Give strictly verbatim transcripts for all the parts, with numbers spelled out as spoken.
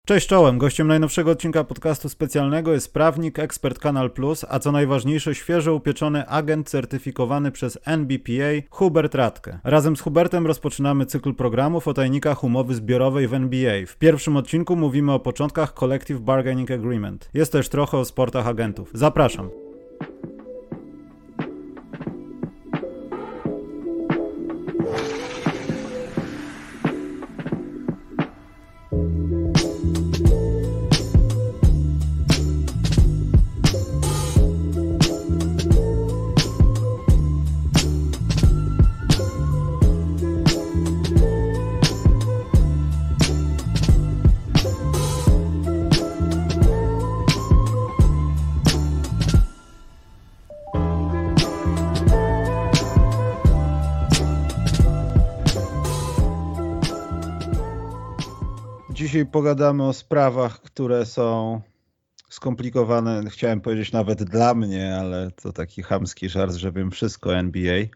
Cześć czołem, gościem najnowszego odcinka podcastu specjalnego jest prawnik, ekspert Kanal Plus, a co najważniejsze świeżo upieczony agent certyfikowany przez N B P A Hubert Radke. Razem z Hubertem rozpoczynamy cykl programów o tajnikach umowy zbiorowej w N B A. W pierwszym odcinku mówimy o początkach Collective Bargaining Agreement. Jest też trochę o sportach agentów. Zapraszam. Dzisiaj pogadamy o sprawach, które są skomplikowane, chciałem powiedzieć nawet dla mnie, ale to taki chamski żart, że wiem wszystko o N B A,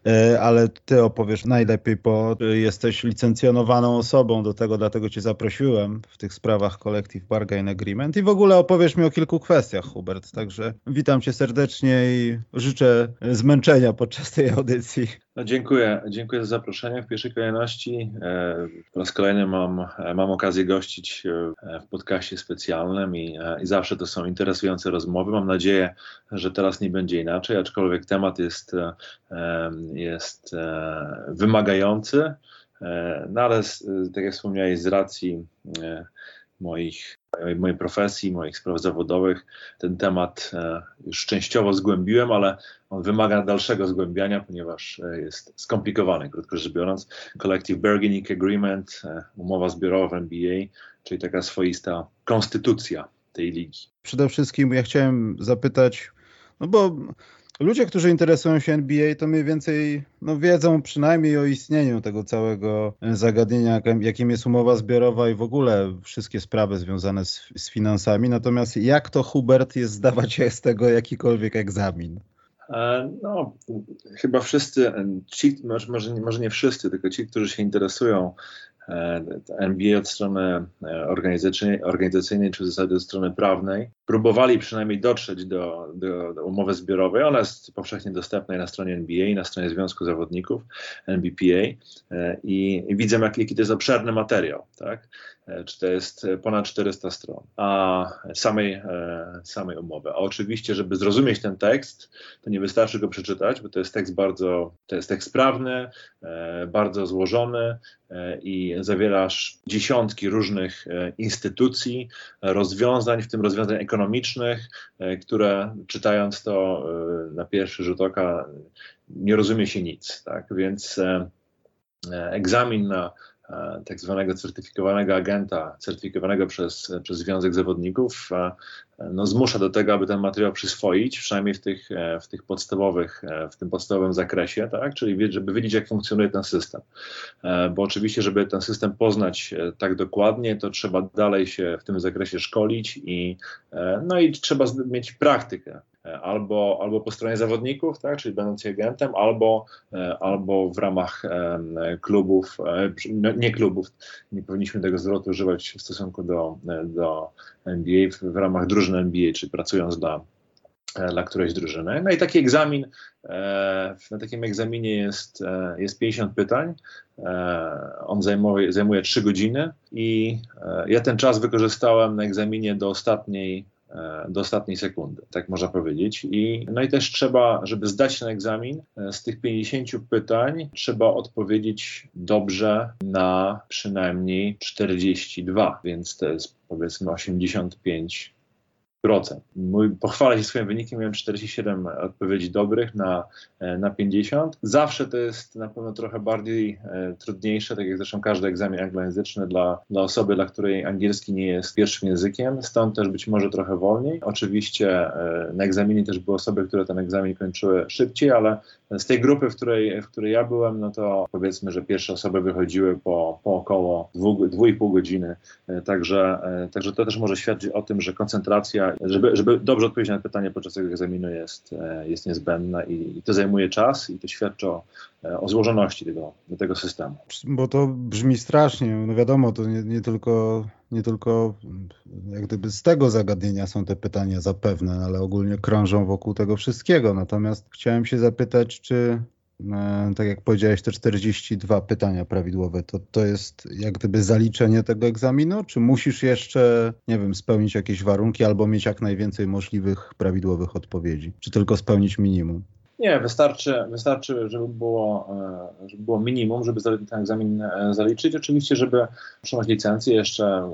ale ty opowiesz najlepiej, bo jesteś licencjonowaną osobą do tego, dlatego cię zaprosiłem w tych sprawach Collective Bargaining Agreement i w ogóle opowiesz mi o kilku kwestiach, Hubert, także witam cię serdecznie i życzę zmęczenia podczas tej audycji. No, dziękuję, dziękuję za zaproszenie. W pierwszej kolejności e, po raz kolejny mam, mam okazję gościć w podcaście specjalnym i, i zawsze to są interesujące rozmowy. Mam nadzieję, że teraz nie będzie inaczej, aczkolwiek temat jest, e, jest e, wymagający, e, no ale z, tak jak wspomniałeś, z racji e, moich mojej profesji, moich spraw zawodowych, ten temat e, już częściowo zgłębiłem, ale on wymaga dalszego zgłębiania, ponieważ e, jest skomplikowany, krótko rzecz biorąc. Collective Bargaining Agreement, e, umowa zbiorowa w N B A, czyli taka swoista konstytucja tej ligi. Przede wszystkim ja chciałem zapytać, no bo ludzie, którzy interesują się N B A, to mniej więcej no, wiedzą przynajmniej o istnieniu tego całego zagadnienia, jakim jest umowa zbiorowa i w ogóle wszystkie sprawy związane z, z finansami. Natomiast jak to, Hubert, jest zdawać się z tego jakikolwiek egzamin? No, chyba wszyscy, ci, może, może nie wszyscy, tylko ci, którzy się interesują N B A od strony organizacyjnej, organizacyjnej czy w zasadzie od strony prawnej, próbowali przynajmniej dotrzeć do, do, do umowy zbiorowej. Ona jest powszechnie dostępna na stronie N B A i na stronie Związku Zawodników N B P A i, i widzę, jak, jaki to jest obszerny materiał, tak? Czy to jest ponad czterysta stron, a samej, samej umowy. A oczywiście, żeby zrozumieć ten tekst, to nie wystarczy go przeczytać, bo to jest tekst bardzo, to jest tekst prawny, bardzo złożony i zawierasz dziesiątki różnych instytucji, rozwiązań, w tym rozwiązań ekonomicznych, które czytając to na pierwszy rzut oka nie rozumie się nic, tak? Więc egzamin na tak zwanego certyfikowanego agenta, certyfikowanego przez, przez Związek Zawodników, no, zmusza do tego, aby ten materiał przyswoić, przynajmniej w tych, w tych podstawowych, w tym podstawowym zakresie, tak? Czyli żeby wiedzieć, jak funkcjonuje ten system. Bo oczywiście, żeby ten system poznać tak dokładnie, to trzeba dalej się w tym zakresie szkolić i, no i trzeba mieć praktykę. Albo, albo po stronie zawodników, tak, czyli będąc agentem, albo, albo w ramach klubów, nie klubów, nie powinniśmy tego zwrotu używać w stosunku do, do N B A, w, w ramach drużyny N B A, czyli pracując dla, dla którejś drużyny. No i taki egzamin, na takim egzaminie jest, jest pięćdziesiąt pytań, on zajmuje, zajmuje trzy godziny i ja ten czas wykorzystałem na egzaminie do ostatniej do ostatniej sekundy, tak można powiedzieć. I, no i też trzeba, żeby zdać ten egzamin, z tych pięćdziesięciu pytań trzeba odpowiedzieć dobrze na przynajmniej czterdzieści dwa, więc to jest powiedzmy osiemdziesiąt pięć procent. Mój, pochwalę się swoim wynikiem, miałem czterdzieści siedem odpowiedzi dobrych na, na pięćdziesiąt. Zawsze to jest na pewno trochę bardziej e, trudniejsze, tak jak zresztą każdy egzamin anglojęzyczny dla, dla osoby, dla której angielski nie jest pierwszym językiem, stąd też być może trochę wolniej. Oczywiście e, na egzaminie też były osoby, które ten egzamin kończyły szybciej, ale z tej grupy, w której, w której ja byłem, no to powiedzmy, że pierwsze osoby wychodziły po, po około dwu, dwu i pół godziny, e, także, e, także to też może świadczyć o tym, że koncentracja, żeby, żeby dobrze odpowiedzieć na pytanie podczas tego egzaminu jest, jest niezbędna i, i to zajmuje czas i to świadczy o, o złożoności tego, tego systemu. Bo to brzmi strasznie, no wiadomo, to nie, nie tylko nie tylko jak gdyby z tego zagadnienia są te pytania zapewne, ale ogólnie krążą wokół tego wszystkiego. Natomiast chciałem się zapytać, czy tak jak powiedziałeś, te czterdzieści dwa pytania prawidłowe, to to jest jak gdyby zaliczenie tego egzaminu, czy musisz jeszcze, nie wiem, spełnić jakieś warunki albo mieć jak najwięcej możliwych prawidłowych odpowiedzi, czy tylko spełnić minimum? Nie, wystarczy, wystarczy żeby, było, żeby było minimum, żeby ten egzamin zaliczyć. Oczywiście, żeby otrzymać licencję jeszcze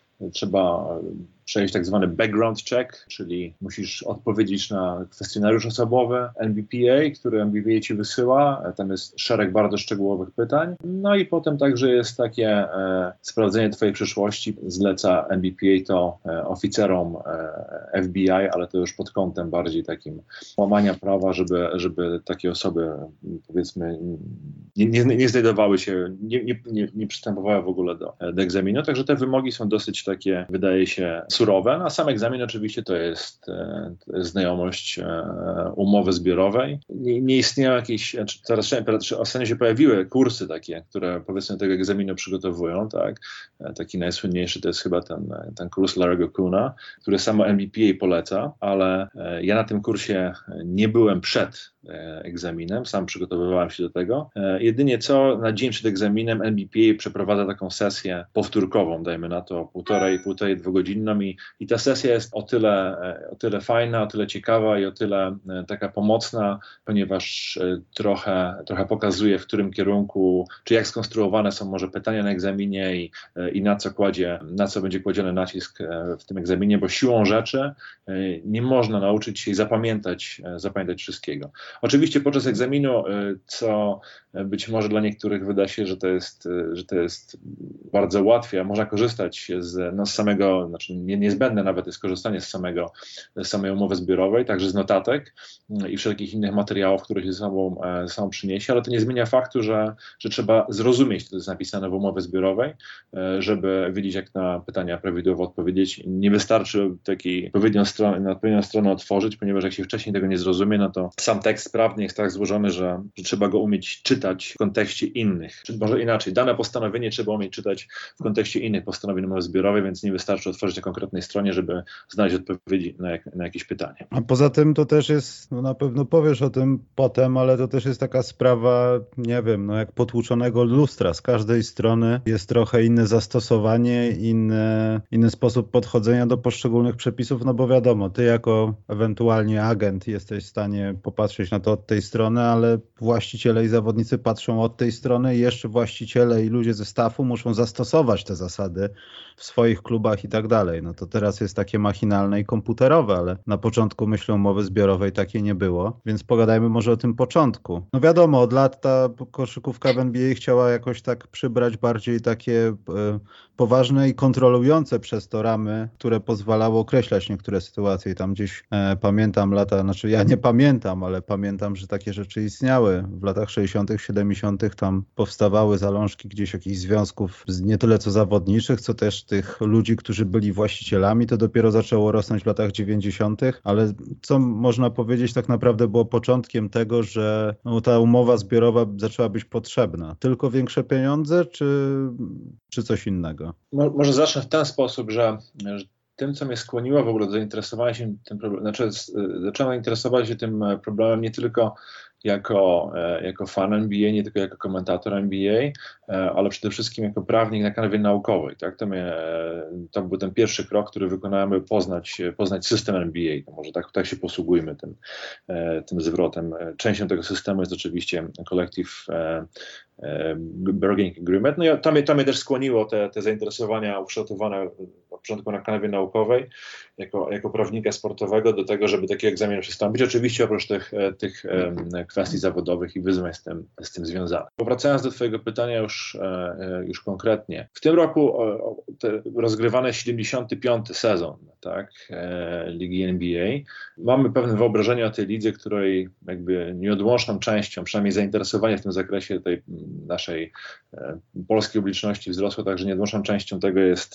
trzeba przejść tak zwany background check, czyli musisz odpowiedzieć na kwestionariusz osobowy N B P A, który N B P A ci wysyła. Tam jest szereg bardzo szczegółowych pytań. No i potem także jest takie e, sprawdzenie twojej przyszłości. Zleca N B P A to e, oficerom e, F B I, ale to już pod kątem bardziej takim łamania prawa, żeby, żeby takie osoby, powiedzmy, nie, nie, nie znajdowały się, nie, nie, nie, nie przystępowały w ogóle do, do egzaminu. Także te wymogi są dosyć takie, wydaje się, surowe. A sam egzamin oczywiście to jest, to jest znajomość e, umowy zbiorowej. Nie, nie istnieją jakieś, teraz ostatnio się pojawiły kursy takie, które powiedzmy tego egzaminu przygotowują, tak. Taki najsłynniejszy to jest chyba ten, ten kurs Larry'ego Kuna, który samo N B P A poleca, ale e, ja na tym kursie nie byłem przed e, egzaminem, sam przygotowywałem się do tego. E, jedynie co na dzień przed egzaminem N B P A przeprowadza taką sesję powtórkową, dajmy na to półtorej, półtorej, dwugodzinną i, i ta sesja jest o tyle, o tyle fajna, o tyle ciekawa i o tyle taka pomocna, ponieważ trochę, trochę pokazuje, w którym kierunku, czy jak skonstruowane są może pytania na egzaminie i, i na co kładzie, na co będzie kładziony nacisk w tym egzaminie, bo siłą rzeczy nie można nauczyć się i zapamiętać, zapamiętać wszystkiego. Oczywiście podczas egzaminu, co być może dla niektórych wyda się, że to jest, że to jest bardzo łatwe, można korzystać z, no, z samego, znaczy nie, niezbędne nawet jest korzystanie z, samego, z samej umowy zbiorowej, także z notatek i wszelkich innych materiałów, które się ze sobą, ze sobą przyniesie, ale to nie zmienia faktu, że, że trzeba zrozumieć, co jest napisane w umowie zbiorowej, żeby wiedzieć, jak na pytania prawidłowo odpowiedzieć. Nie wystarczy takiej odpowiednią stronę, na odpowiednią stronę otworzyć, ponieważ jak się wcześniej tego nie zrozumie, no to sam tekst prawny jest tak złożony, że, że trzeba go umieć czytać w kontekście innych. Czy może inaczej, dane postanowienie trzeba umieć czytać w kontekście innych postanowień umowy zbiorowej, więc nie wystarczy otworzyć na konkretnej stronie, żeby znaleźć odpowiedzi na, jak, na jakieś pytanie. A poza tym to też jest, no na pewno powiesz o tym potem, ale to też jest taka sprawa, nie wiem, no jak potłuczonego lustra. Z każdej strony jest trochę inne zastosowanie, inny, inny sposób podchodzenia do poszczególnych przepisów, no bo wiadomo, ty jako ewentualnie agent jesteś w stanie popatrzeć na to od tej strony, ale właściciele i zawodnicy patrzą od tej strony i jeszcze właściciele i ludzie ze staffu muszą zastosować te zasady w swoich klubach i tak dalej. No to teraz jest takie machinalne i komputerowe, ale na początku, myślę, umowy zbiorowej takiej nie było, więc pogadajmy może o tym początku. No wiadomo, od lat ta koszykówka w N B A chciała jakoś tak przybrać bardziej takie e, poważne i kontrolujące przez to ramy, które pozwalały określać niektóre sytuacje. I tam gdzieś e, pamiętam lata, znaczy ja nie pamiętam, ale pamiętam, że takie rzeczy istniały. W latach sześćdziesiątych, siedemdziesiątych tam powstawały zalążki gdzieś jakichś związków nie tyle co zawodniczych, co też tych ludzi, którzy byli właścicielami. To dopiero zaczęło rosnąć w latach dziewięćdziesiątych, ale co można powiedzieć tak naprawdę było początkiem tego, że no, ta umowa zbiorowa zaczęła być potrzebna. Tylko większe pieniądze, czy, czy coś innego? Mo- może zacznę w ten sposób, że, że tym, co mnie skłoniło w ogóle do zainteresowania się tym problemem, znaczy zacząłem interesować się tym problemem nie tylko jako, jako fan N B A, nie tylko jako komentator N B A, ale przede wszystkim jako prawnik na kanwie naukowej. Tak? To, mnie, to był ten pierwszy krok, który wykonałem, by poznać, poznać system N B A. To może tak, tak się posługujmy tym, tym zwrotem. Częścią tego systemu jest oczywiście Collective Bargaining Agreement. No i to mnie, to mnie też skłoniło, te, te zainteresowania ukształtowane na początku na kanwie naukowej, jako, jako prawnika sportowego, do tego, żeby taki egzamin przystąpić. Oczywiście oprócz tych, tych kwestii zawodowych i wyzwań z tym, z tym związanych. Powracając do twojego pytania już, już konkretnie. W tym roku rozgrywany siedemdziesiąty piąty sezon, tak, Ligi N B A. Mamy pewne wyobrażenie o tej lidze, której jakby nieodłączną częścią, przynajmniej zainteresowanie w tym zakresie tej naszej polskiej publiczności wzrosło, także nieodłączną częścią tego jest,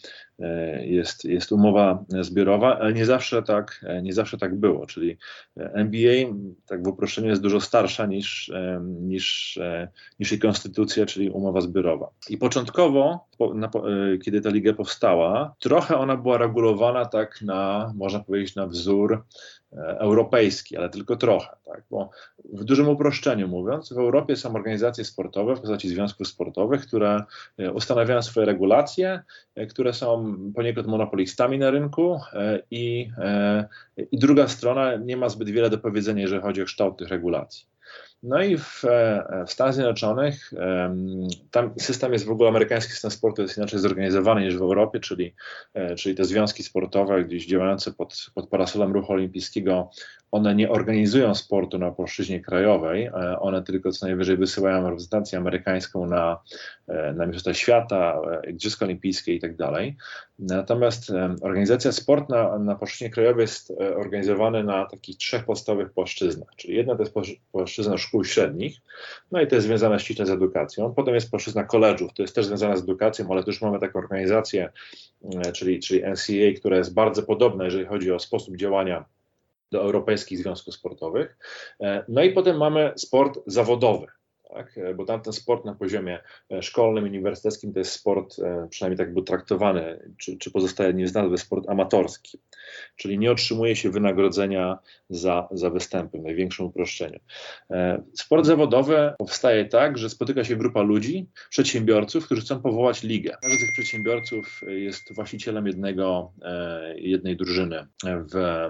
jest, jest umowa zbiorowa, ale nie zawsze tak, nie zawsze tak było, czyli N B A, tak w uproszczeniu, jest dużo starsza niż, niż, niż jej konstytucja, czyli umowa zbiorowa. I początkowo po, na, kiedy ta liga powstała, trochę ona była regulowana tak na, można powiedzieć, na wzór europejski, ale tylko trochę, tak? Bo w dużym uproszczeniu mówiąc, w Europie są organizacje sportowe w postaci związków sportowych, które ustanawiają swoje regulacje, które są poniekąd monopolistami na rynku i, i druga strona nie ma zbyt wiele do powiedzenia, jeżeli chodzi o kształt tych regulacji. No i w, w Stanach Zjednoczonych tam system jest w ogóle, amerykański system sportu jest inaczej zorganizowany niż w Europie, czyli, czyli te związki sportowe gdzieś działające pod, pod parasolem ruchu olimpijskiego, one nie organizują sportu na płaszczyźnie krajowej, one tylko co najwyżej wysyłają reprezentację amerykańską na, na Mistrzostwa Świata, Igrzyska Olimpijskie i tak dalej. Natomiast organizacja sport na, na płaszczyźnie krajowej jest organizowana na takich trzech podstawowych płaszczyznach, czyli jedna to jest płaszczyzna szkół średnich, no i to jest związane ściśle z edukacją. Potem jest płaszczyzna college'ów, to jest też związane z edukacją, ale też mamy taką organizację, czyli, czyli N C A A, która jest bardzo podobna, jeżeli chodzi o sposób działania do europejskich związków sportowych. No i potem mamy sport zawodowy, tak? Bo tamten sport na poziomie szkolnym, uniwersyteckim to jest sport, przynajmniej tak był traktowany, czy, czy pozostaje nieznany, sport amatorski. Czyli nie otrzymuje się wynagrodzenia za, za występy, w największym uproszczeniu. Sport zawodowy powstaje tak, że spotyka się grupa ludzi, przedsiębiorców, którzy chcą powołać ligę. Każdy z tych przedsiębiorców jest właścicielem jednego, jednej drużyny w,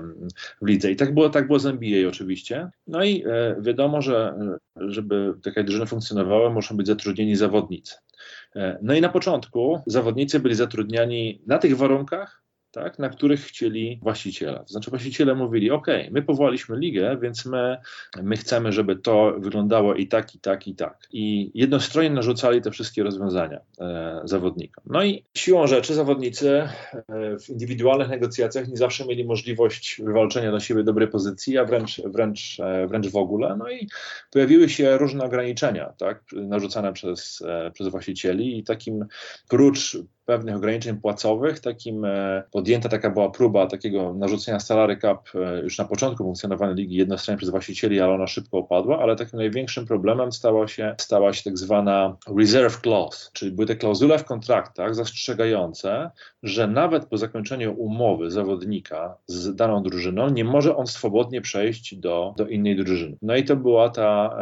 w lidze. I tak było, tak było z N B A oczywiście. No i wiadomo, że żeby taka drużyna funkcjonowała, muszą być zatrudnieni zawodnicy. No i na początku zawodnicy byli zatrudniani na tych warunkach, tak, na których chcieli właściciele. To znaczy właściciele mówili, ok, my powołaliśmy ligę, więc my, my chcemy, żeby to wyglądało i tak, i tak, i tak. I jednostronnie narzucali te wszystkie rozwiązania e, zawodnikom. No i siłą rzeczy zawodnicy e, w indywidualnych negocjacjach nie zawsze mieli możliwość wywalczenia dla siebie dobrej pozycji, a wręcz, wręcz, e, wręcz w ogóle. No i pojawiły się różne ograniczenia, tak, narzucane przez, e, przez właścicieli i takim prócz pewnych ograniczeń płacowych, takim e, podjęta taka była próba takiego narzucenia salary cap e, już na początku funkcjonowania ligi jednostronnie przez właścicieli, ale ona szybko opadła, ale takim największym problemem stała się, stała się tak zwana reserve clause, czyli były te klauzule w kontraktach zastrzegające, że nawet po zakończeniu umowy zawodnika z daną drużyną nie może on swobodnie przejść do, do innej drużyny. No i to była ta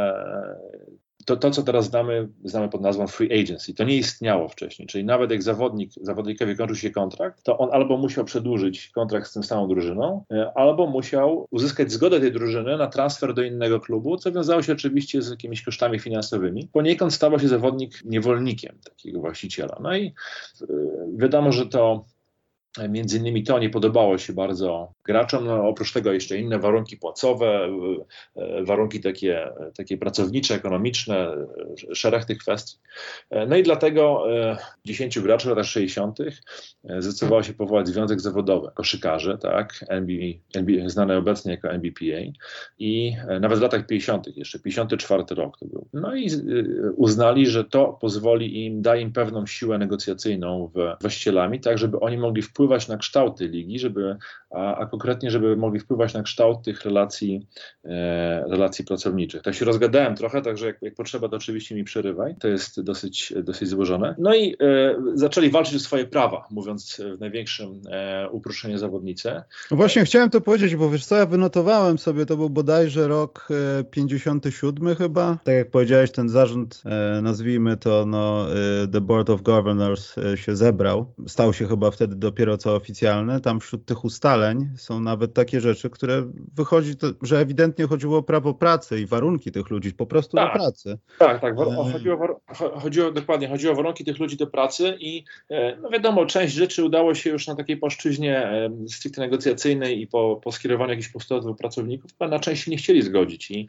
e, To, to, co teraz znamy, znamy pod nazwą free agency, to nie istniało wcześniej, czyli nawet jak zawodnik, zawodnikowi kończył się kontrakt, to on albo musiał przedłużyć kontrakt z tą samą drużyną, albo musiał uzyskać zgodę tej drużyny na transfer do innego klubu, co wiązało się oczywiście z jakimiś kosztami finansowymi. Poniekąd stawał się zawodnik niewolnikiem takiego właściciela. No i wiadomo, że to między innymi to nie podobało się bardzo graczom, no, oprócz tego jeszcze inne warunki płacowe, warunki takie, takie pracownicze, ekonomiczne, szereg tych kwestii. No i dlatego dziesięciu graczy w latach sześćdziesiątych zdecydowało się powołać związek zawodowy koszykarzy, tak, N B A, N B A, znane obecnie jako N B P A, i nawet w latach pięćdziesiątych jeszcze, pięćdziesiąty czwarty rok to był. No i uznali, że to pozwoli im, da im pewną siłę negocjacyjną w właścicielami, tak żeby oni mogli wpływać wpływać na kształty ligi, żeby, a, a konkretnie, żeby mogli wpływać na kształt tych relacji, e, relacji pracowniczych. Tak się rozgadałem trochę, także jak, jak potrzeba, to oczywiście mi przerywaj. To jest dosyć, dosyć złożone. No i e, zaczęli walczyć o swoje prawa, mówiąc w największym e, uproszczeniu zawodnicy. No właśnie chciałem to powiedzieć, bo wiesz co, ja wynotowałem sobie, to był bodajże rok e, pięćdziesiąty siódmy chyba. Tak jak powiedziałeś, ten zarząd, e, nazwijmy to, no, e, The Board of Governors e, się zebrał. Stał się chyba wtedy dopiero co oficjalny. Tam wśród tych ustaleń są nawet takie rzeczy, które wychodzi, to, że ewidentnie chodziło o prawo pracy i warunki tych ludzi po prostu tak, do pracy. Tak, tak. Chodziło, chodziło, dokładnie, chodziło o warunki tych ludzi do pracy i no wiadomo, część rzeczy udało się już na takiej płaszczyźnie stricte negocjacyjnej i po, po skierowaniu jakichś postulatów pracowników, ale na część się nie chcieli zgodzić i,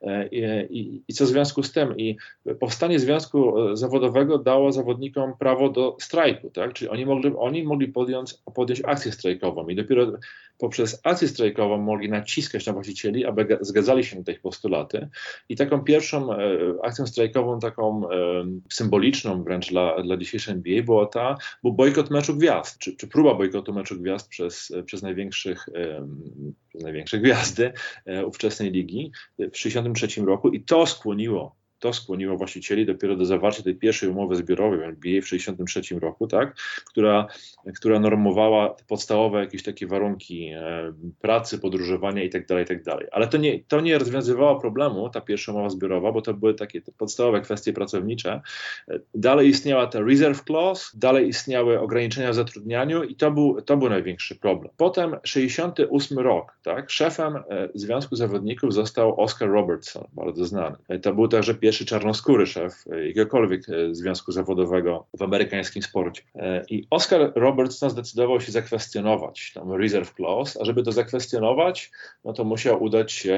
i, i co w związku z tym? I powstanie związku zawodowego dało zawodnikom prawo do strajku, tak? Czyli oni mogli, oni mogli podjąć, podjąć akcję strajkową i dopiero poprzez akcję strajkową mogli naciskać na właścicieli, aby zgadzali się na te ich postulaty. I taką pierwszą e, akcją strajkową, taką e, symboliczną wręcz dla, dla dzisiejszej N B A była ta, był bojkot meczu gwiazd, czy, czy próba bojkotu meczu gwiazd przez, przez największych, e, przez największe gwiazdy e, ówczesnej ligi w tysiąc dziewięćset sześćdziesiątym trzecim roku i to skłoniło To to skłoniło właścicieli dopiero do zawarcia tej pierwszej umowy zbiorowej w N B A w tysiąc dziewięćset sześćdziesiątym trzecim roku, tak? która, która normowała te podstawowe jakieś takie warunki e, pracy, podróżowania i tak dalej, i tak dalej. Ale to nie, to nie rozwiązywało problemu, ta pierwsza umowa zbiorowa, bo to były takie te podstawowe kwestie pracownicze. Dalej istniała ta reserve clause, dalej istniały ograniczenia w zatrudnianiu i to był, to był największy problem. Potem sześćdziesiąty ósmy rok, tak? Szefem e, Związku Zawodników został Oscar Robertson, bardzo znany. E, to był także pierwszy czarnoskóry szef e, jakiegokolwiek e, związku zawodowego w amerykańskim sporcie. E, I Oscar Robertson zdecydował się zakwestionować tam reserve clause, a żeby to zakwestionować, no to musiał udać się,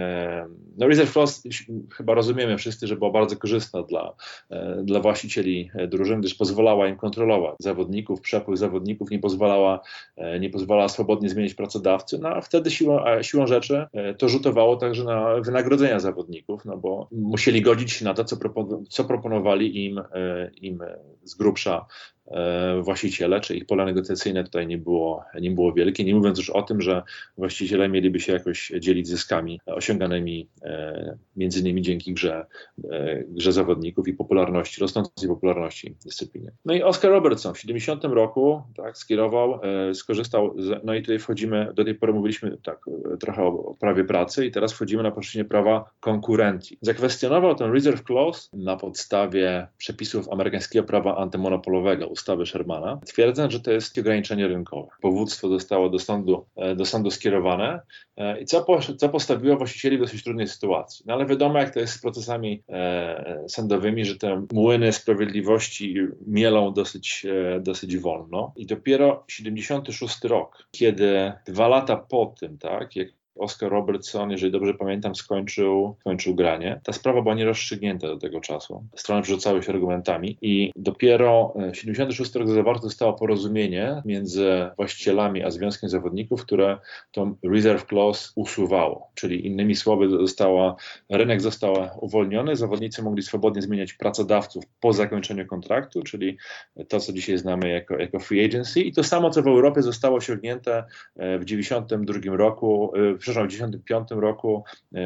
e, no reserve clause chyba rozumiemy wszyscy, że była bardzo korzystna dla, e, dla właścicieli drużyn, gdyż pozwalała im kontrolować zawodników, przepływ zawodników, nie pozwalała, e, nie pozwalała swobodnie zmienić pracodawcy, no a wtedy siłą, siłą rzeczy e, to rzutowało także na wynagrodzenia zawodników, no bo musieli godzić się na to, co, propon- co proponowali im, e, im z grubsza właściciele, czy ich pole negocjacyjne tutaj nie było, nie było wielkie, nie mówiąc już o tym, że właściciele mieliby się jakoś dzielić zyskami osiąganymi e, między innymi dzięki grze, e, grze zawodników i popularności, rosnącej popularności dyscypliny. No i Oscar Robertson w siedemdziesiątym roku tak, skierował, e, skorzystał, z, no i tutaj wchodzimy, do tej pory mówiliśmy tak trochę o, o prawie pracy i teraz wchodzimy na płaszczyźnie prawa konkurencji. Zakwestionował ten reserve clause na podstawie przepisów amerykańskiego prawa antymonopolowego, ustawy Shermana, twierdząc, że to jest ograniczenie rynkowe. Powództwo zostało do sądu, do sądu skierowane i co, po, co postawiło właścicieli w dosyć trudnej sytuacji. No ale wiadomo, jak to jest z procesami e, sądowymi, że te młyny sprawiedliwości mielą dosyć, e, dosyć wolno. I dopiero siedemdziesiąty szósty rok, kiedy dwa lata po tym, tak, jak Oscar Robertson, jeżeli dobrze pamiętam, skończył, skończył granie. Ta sprawa była nierozstrzygnięta do tego czasu. Strony przerzucały się argumentami i dopiero w siedemdziesiątym szóstym roku zawarte zostało porozumienie między właścicielami a Związkiem Zawodników, które tą reserve clause usuwało. Czyli innymi słowy została, rynek został uwolniony, zawodnicy mogli swobodnie zmieniać pracodawców po zakończeniu kontraktu, czyli to, co dzisiaj znamy jako, jako free agency i to samo, co w Europie zostało osiągnięte w dziewięćdziesiątym drugim roku, w przepraszam, w dziewięćdziesiątym piątym roku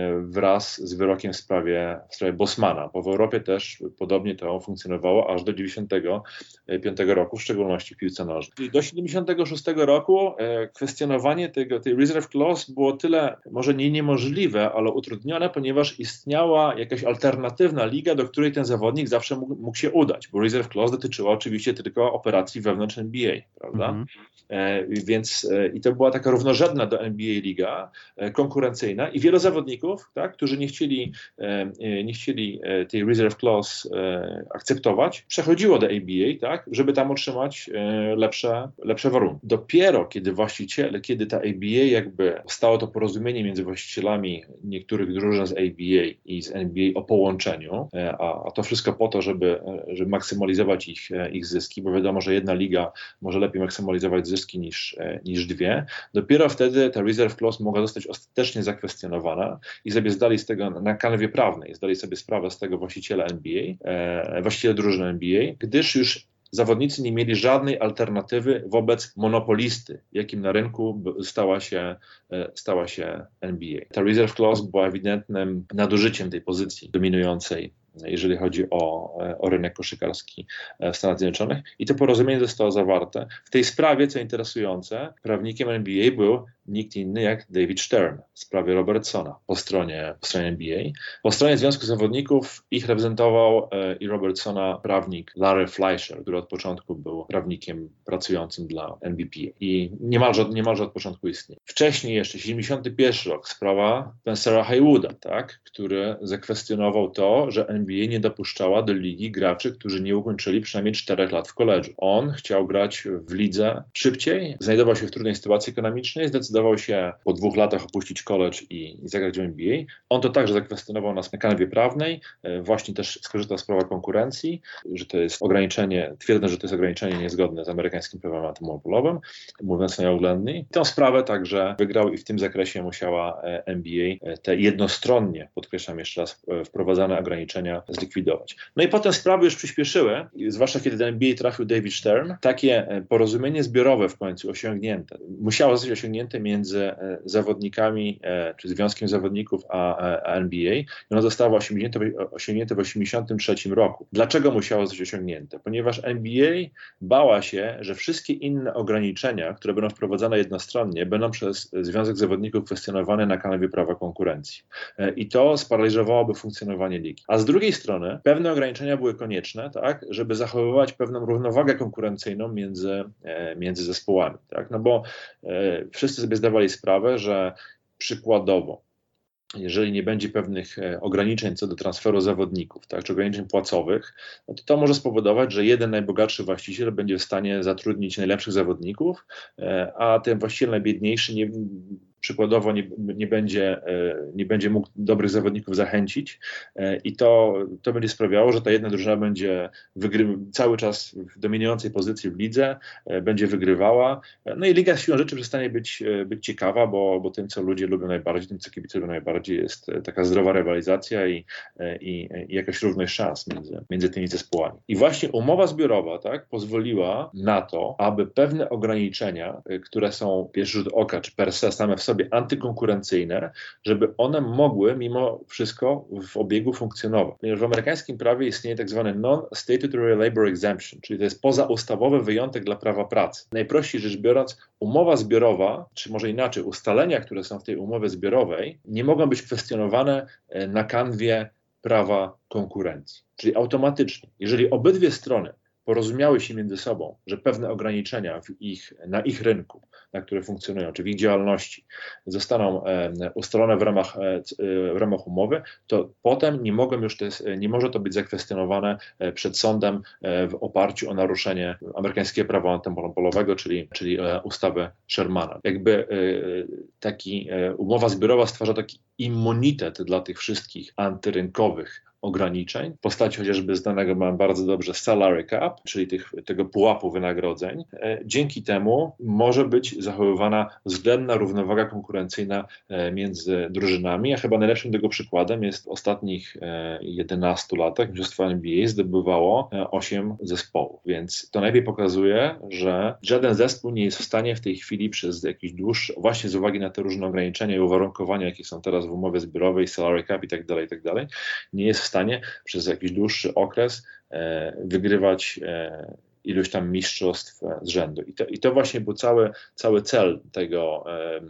wraz z wyrokiem w sprawie, w sprawie Bosmana, bo w Europie też podobnie to funkcjonowało aż do dziewięćdziesiątego piątego roku, w szczególności w piłce nożnej. I do siedemdziesiątego szóstego roku kwestionowanie tego, tej reserve clause było tyle, może nie niemożliwe, ale utrudnione, ponieważ istniała jakaś alternatywna liga, do której ten zawodnik zawsze mógł, mógł się udać, bo reserve clause dotyczyła oczywiście tylko operacji wewnątrz N B A, prawda? Mhm. E, więc e, i to była taka równorzędna do N B A liga, konkurencyjna i wielu zawodników, tak, którzy nie chcieli, nie chcieli tej reserve clause akceptować, przechodziło do A B A, tak, żeby tam otrzymać lepsze, lepsze warunki. Dopiero kiedy właściciele, kiedy ta A B A jakby stało to porozumienie między właścicielami niektórych drużyn z A B A i z N B A o połączeniu, a, a to wszystko po to, żeby, żeby maksymalizować ich, ich zyski, bo wiadomo, że jedna liga może lepiej maksymalizować zyski niż, niż dwie, dopiero wtedy ta reserve clause mogła zostać ostatecznie zakwestionowana i sobie zdali z tego na kanwie prawnej, zdali sobie sprawę z tego właściciele N B A, e, właściciele drużyny N B A, gdyż już zawodnicy nie mieli żadnej alternatywy wobec monopolisty, jakim na rynku stała się, stała się N B A. Ta reserve clause była ewidentnym nadużyciem tej pozycji dominującej, jeżeli chodzi o, o rynek koszykarski w Stanach Zjednoczonych i to porozumienie zostało zawarte. W tej sprawie, co interesujące, prawnikiem N B A był nikt inny jak David Stern w sprawie Robertsona po stronie, po stronie N B A. Po stronie Związku Zawodników ich reprezentował e, i Robertsona prawnik Larry Fleischer, który od początku był prawnikiem pracującym dla N B P i niemalże, niemalże od początku istniał. Wcześniej jeszcze, siedemdziesiąty pierwszy rok, sprawa Spencera Haywooda, tak, który zakwestionował to, że N B A nie dopuszczała do ligi graczy, którzy nie ukończyli przynajmniej czterech lat w koledżu. On chciał grać w lidze szybciej, znajdował się w trudnej sytuacji ekonomicznej, zdecydował się po dwóch latach opuścić college i, i zagrać w N B A. On to także zakwestionował na kanwie prawnej, właśnie też skorzystał z prawa konkurencji, że to jest ograniczenie, twierdzę, że to jest ograniczenie niezgodne z amerykańskim prawem antymonopolowym, mówiąc najoględniej. Tę sprawę także wygrał i w tym zakresie musiała N B A te jednostronnie, podkreślam jeszcze raz, wprowadzane ograniczenia zlikwidować. No i potem sprawy już przyspieszyły, zwłaszcza kiedy do N B A trafił David Stern. Takie porozumienie zbiorowe w końcu osiągnięte, musiało zostać osiągnięte między zawodnikami, czy Związkiem Zawodników a, a N B A i ono zostało osiągnięte, osiągnięte w osiemdziesiątym trzecim roku. Dlaczego musiało zostać osiągnięte? Ponieważ N B A bała się, że wszystkie inne ograniczenia, które będą wprowadzane jednostronnie, będą przez Związek Zawodników kwestionowane na kanwie prawa konkurencji. I to sparaliżowałoby funkcjonowanie ligi. A z drugiej strony pewne ograniczenia były konieczne, tak, żeby zachowywać pewną równowagę konkurencyjną między, między zespołami. Tak? No bo e, wszyscy sobie zdawali sprawę, że przykładowo, jeżeli nie będzie pewnych ograniczeń co do transferu zawodników, tak, czy ograniczeń płacowych, no to to może spowodować, że jeden najbogatszy właściciel będzie w stanie zatrudnić najlepszych zawodników, a ten właściciel najbiedniejszy nie, przykładowo nie, nie, będzie, nie będzie mógł dobrych zawodników zachęcić i to, to będzie sprawiało, że ta jedna drużyna będzie wygry- cały czas w dominującej pozycji w lidze, będzie wygrywała, no i liga siłą rzeczy przestanie być, być ciekawa, bo, bo tym, co ludzie lubią najbardziej, tym, co kibice lubią najbardziej, jest taka zdrowa rywalizacja i, i, i jakaś równość szans między, między tymi zespołami. I właśnie umowa zbiorowa, tak, pozwoliła na to, aby pewne ograniczenia, które są pierwszy rzut oka, czy per se same w sobie antykonkurencyjne, żeby one mogły mimo wszystko w obiegu funkcjonować. Ponieważ w amerykańskim prawie istnieje tak zwany non-statutory labor exemption, czyli to jest pozaustawowy wyjątek dla prawa pracy. Najprościej rzecz biorąc, umowa zbiorowa, czy może inaczej, ustalenia, które są w tej umowie zbiorowej, nie mogą być kwestionowane na kanwie prawa konkurencji. Czyli automatycznie, jeżeli obydwie strony porozumiały się między sobą, że pewne ograniczenia w ich, na ich rynku, na które funkcjonują, czy w ich działalności zostaną e, ustalone w ramach, e, w ramach umowy, to potem nie mogą już te, nie może to być zakwestionowane e, przed sądem e, w oparciu o naruszenie amerykańskiego prawa antymonopolowego, czyli, czyli e, ustawy Shermana. Jakby e, taki e, umowa zbiorowa stwarza taki immunitet dla tych wszystkich antyrynkowych ograniczeń, w postaci chociażby znanego mam bardzo dobrze salary cap, czyli tych, tego pułapu wynagrodzeń. Dzięki temu może być zachowywana względna równowaga konkurencyjna między drużynami, a chyba najlepszym tego przykładem jest w ostatnich jedenastu latach mistrzostwo N B A zdobywało osiem zespołów, więc to najlepiej pokazuje, że żaden zespół nie jest w stanie w tej chwili przez jakiś dłuższy, właśnie z uwagi na te różne ograniczenia i uwarunkowania, jakie są teraz w umowie zbiorowej, salary cap i tak dalej, i tak dalej, nie jest w stanie przez jakiś dłuższy okres e, wygrywać e, iluś tam mistrzostw z rzędu. I to, i to właśnie był cały, cały cel tego, e,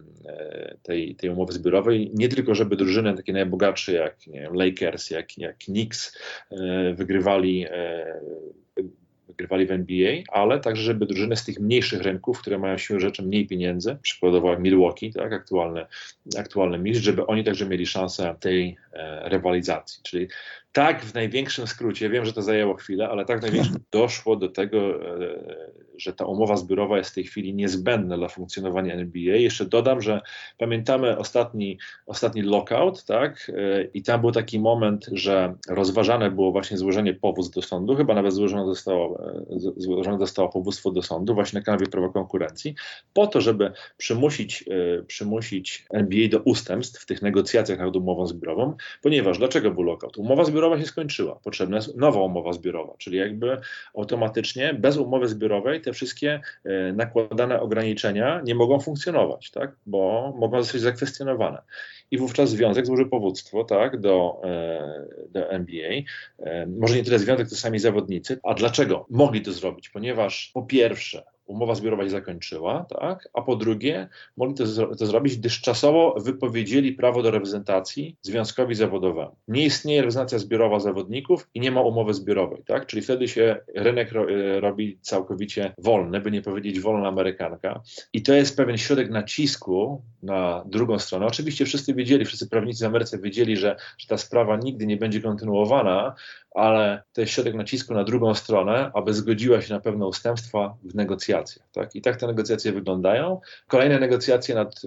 tej, tej umowy zbiorowej. Nie tylko, żeby drużyny takie najbogatsze jak nie wiem, Lakers, jak, jak Knicks e, wygrywali e, wygrywali w N B A, ale także, żeby drużyny z tych mniejszych rynków, które mają siłą rzeczy mniej pieniędzy, przykładowo jak Milwaukee, tak, aktualny, aktualny mistrz, żeby oni także mieli szansę tej e, rywalizacji. Czyli tak w największym skrócie, wiem, że to zajęło chwilę, ale tak w największym doszło do tego, e, że ta umowa zbiorowa jest w tej chwili niezbędna dla funkcjonowania N B A. Jeszcze dodam, że pamiętamy ostatni, ostatni lockout, tak, e, i tam był taki moment, że rozważane było właśnie złożenie powództw do sądu, chyba nawet złożone zostało złożone zostało powództwo do sądu właśnie na kanwie prawa konkurencji, po to, żeby przymusić, e, przymusić N B A do ustępstw w tych negocjacjach nad umową zbiorową, ponieważ dlaczego był lockout? Umowa zbiorowa się skończyła, potrzebna jest nowa umowa zbiorowa, czyli jakby automatycznie bez umowy zbiorowej te wszystkie e, nakładane ograniczenia nie mogą funkcjonować, tak? Bo mogą zostać zakwestionowane. I wówczas związek złożył powództwo, tak, do, e, do N B A. E, może nie tyle związek, to sami zawodnicy. A dlaczego mogli to zrobić? Ponieważ po pierwsze umowa zbiorowa się zakończyła, tak, a po drugie mogli to, to zrobić, gdyż czasowo wypowiedzieli prawo do reprezentacji związkowi zawodowemu. Nie istnieje reprezentacja zbiorowa zawodników i nie ma umowy zbiorowej, tak, czyli wtedy się rynek ro, robi całkowicie wolny, by nie powiedzieć wolna amerykanka. I to jest pewien środek nacisku na drugą stronę. Oczywiście wszyscy wiedzieli, wszyscy prawnicy w Ameryce wiedzieli, że, że ta sprawa nigdy nie będzie kontynuowana, ale to jest środek nacisku na drugą stronę, aby zgodziła się na pewne ustępstwa w negocjacjach. Tak? I tak te negocjacje wyglądają. Kolejne negocjacje nad,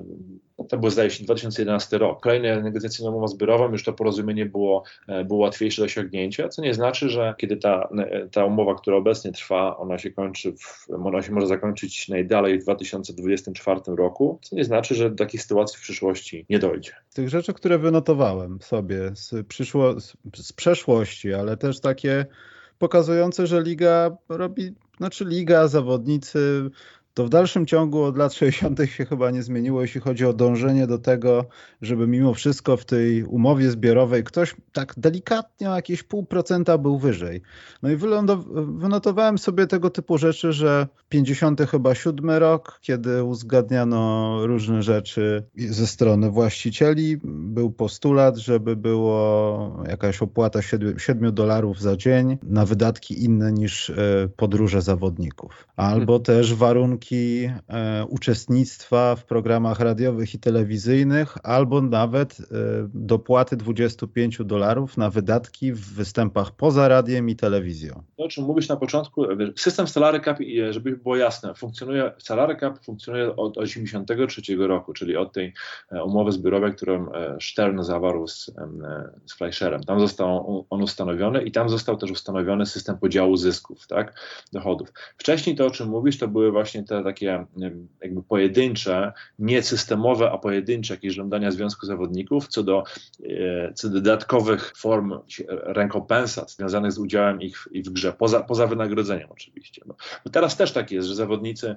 to było zdaje się dwa tysiące jedenasty rok, kolejne negocjacje nad umową zbiorową, już to porozumienie było, było łatwiejsze do osiągnięcia, co nie znaczy, że kiedy ta, ta umowa, która obecnie trwa, ona się kończy, w, ona się może zakończyć najdalej w dwa tysiące dwudziestym czwartym roku, co nie znaczy, że do takiej sytuacji w przyszłości nie dojdzie. Z tych rzeczy, które wynotowałem sobie z, przyszło, z, z przeszłości, ale też takie pokazujące, że liga robi, znaczy liga, zawodnicy to w dalszym ciągu od lat sześćdziesiątych się chyba nie zmieniło, jeśli chodzi o dążenie do tego, żeby mimo wszystko w tej umowie zbiorowej ktoś tak delikatnie o jakieś pół procenta był wyżej. No i wynotowałem sobie tego typu rzeczy, że pięćdziesiąty chyba siódmy rok, kiedy uzgadniano różne rzeczy ze strony właścicieli, był postulat, żeby było jakaś opłata siedmiu dolarów za dzień na wydatki inne niż podróże zawodników. Albo też warunki uczestnictwa w programach radiowych i telewizyjnych, albo nawet dopłaty dwadzieścia pięć dolarów na wydatki w występach poza radiem i telewizją. To, o czym mówisz na początku, system Salary Cap, żeby było jasne, funkcjonuje, Salary Cap funkcjonuje od osiemdziesiątego trzeciego roku, czyli od tej umowy zbiorowej, którą Stern zawarł z, z Fleischerem. Tam został on ustanowiony i tam został też ustanowiony system podziału zysków, tak, dochodów. Wcześniej to, o czym mówisz, to były właśnie te takie jakby pojedyncze, nie systemowe, a pojedyncze jakieś żądania Związku Zawodników co do, co do dodatkowych form rekompensat związanych z udziałem ich w, ich w grze, poza, poza wynagrodzeniem oczywiście. No, no teraz też tak jest, że zawodnicy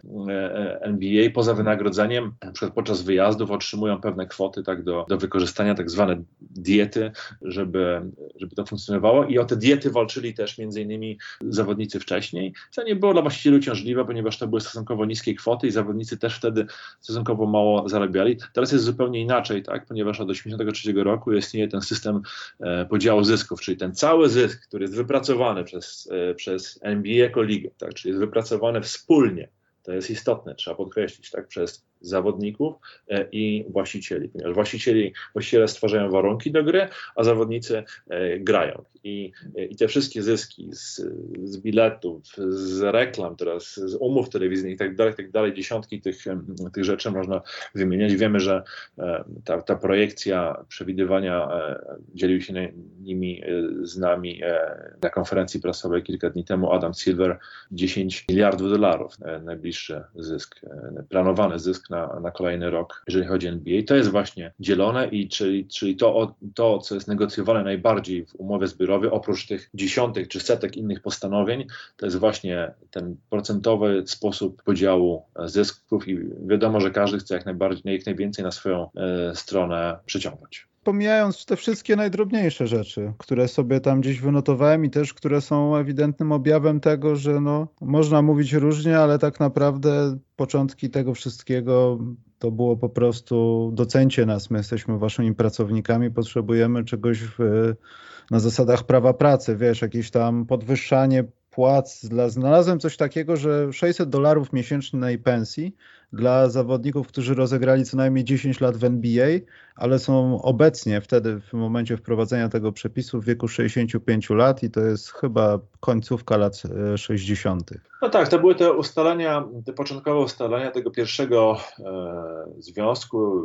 N B A poza wynagrodzeniem, na przykład podczas wyjazdów otrzymują pewne kwoty tak do, do wykorzystania, tak zwane diety, żeby, żeby to funkcjonowało i o te diety walczyli też między innymi zawodnicy wcześniej, co nie było dla właścicieli uciążliwe, ponieważ to były stosunkowo niskie kwoty i zawodnicy też wtedy stosunkowo mało zarabiali. Teraz jest zupełnie inaczej, tak, ponieważ od osiemdziesiątego trzeciego roku istnieje ten system e, podziału zysków, czyli ten cały zysk, który jest wypracowany przez, e, przez N B A jako ligę, tak, czyli jest wypracowany wspólnie. To jest istotne, trzeba podkreślić, tak, przez zawodników e, i właścicieli, ponieważ właścicieli, właściciele stwarzają warunki do gry, a zawodnicy e, grają. I, e, I te wszystkie zyski z, z biletów, z reklam teraz, z umów telewizyjnych i tak dalej, tak dalej, dziesiątki tych, tych rzeczy można wymieniać. Wiemy, że e, ta, ta projekcja przewidywania e, dzielił się nimi e, z nami e, na konferencji prasowej kilka dni temu Adam Silver, dziesięć miliardów dolarów, e, najbliższy zysk, e, planowany zysk Na, na kolejny rok, jeżeli chodzi o N B A. To jest właśnie dzielone i czyli, czyli to, to, co jest negocjowane najbardziej w umowie zbiorowej, oprócz tych dziesiątek czy setek innych postanowień, to jest właśnie ten procentowy sposób podziału zysków i wiadomo, że każdy chce jak najbardziej, jak najwięcej na swoją e, stronę przyciągnąć. Pomijając te wszystkie najdrobniejsze rzeczy, które sobie tam gdzieś wynotowałem i też, które są ewidentnym objawem tego, że no, można mówić różnie, ale tak naprawdę początki tego wszystkiego to było po prostu docencie nas, my jesteśmy waszymi pracownikami, potrzebujemy czegoś w, na zasadach prawa pracy, wiesz, jakieś tam podwyższanie płac. Dla, znalazłem coś takiego, że sześćset dolarów miesięcznej pensji dla zawodników, którzy rozegrali co najmniej dziesięć lat w N B A, ale są obecnie wtedy w momencie wprowadzenia tego przepisu w wieku sześćdziesięciu pięciu lat i to jest chyba końcówka lat sześćdziesiątych. No tak, to były te ustalenia, te początkowe ustalenia tego pierwszego e, związku.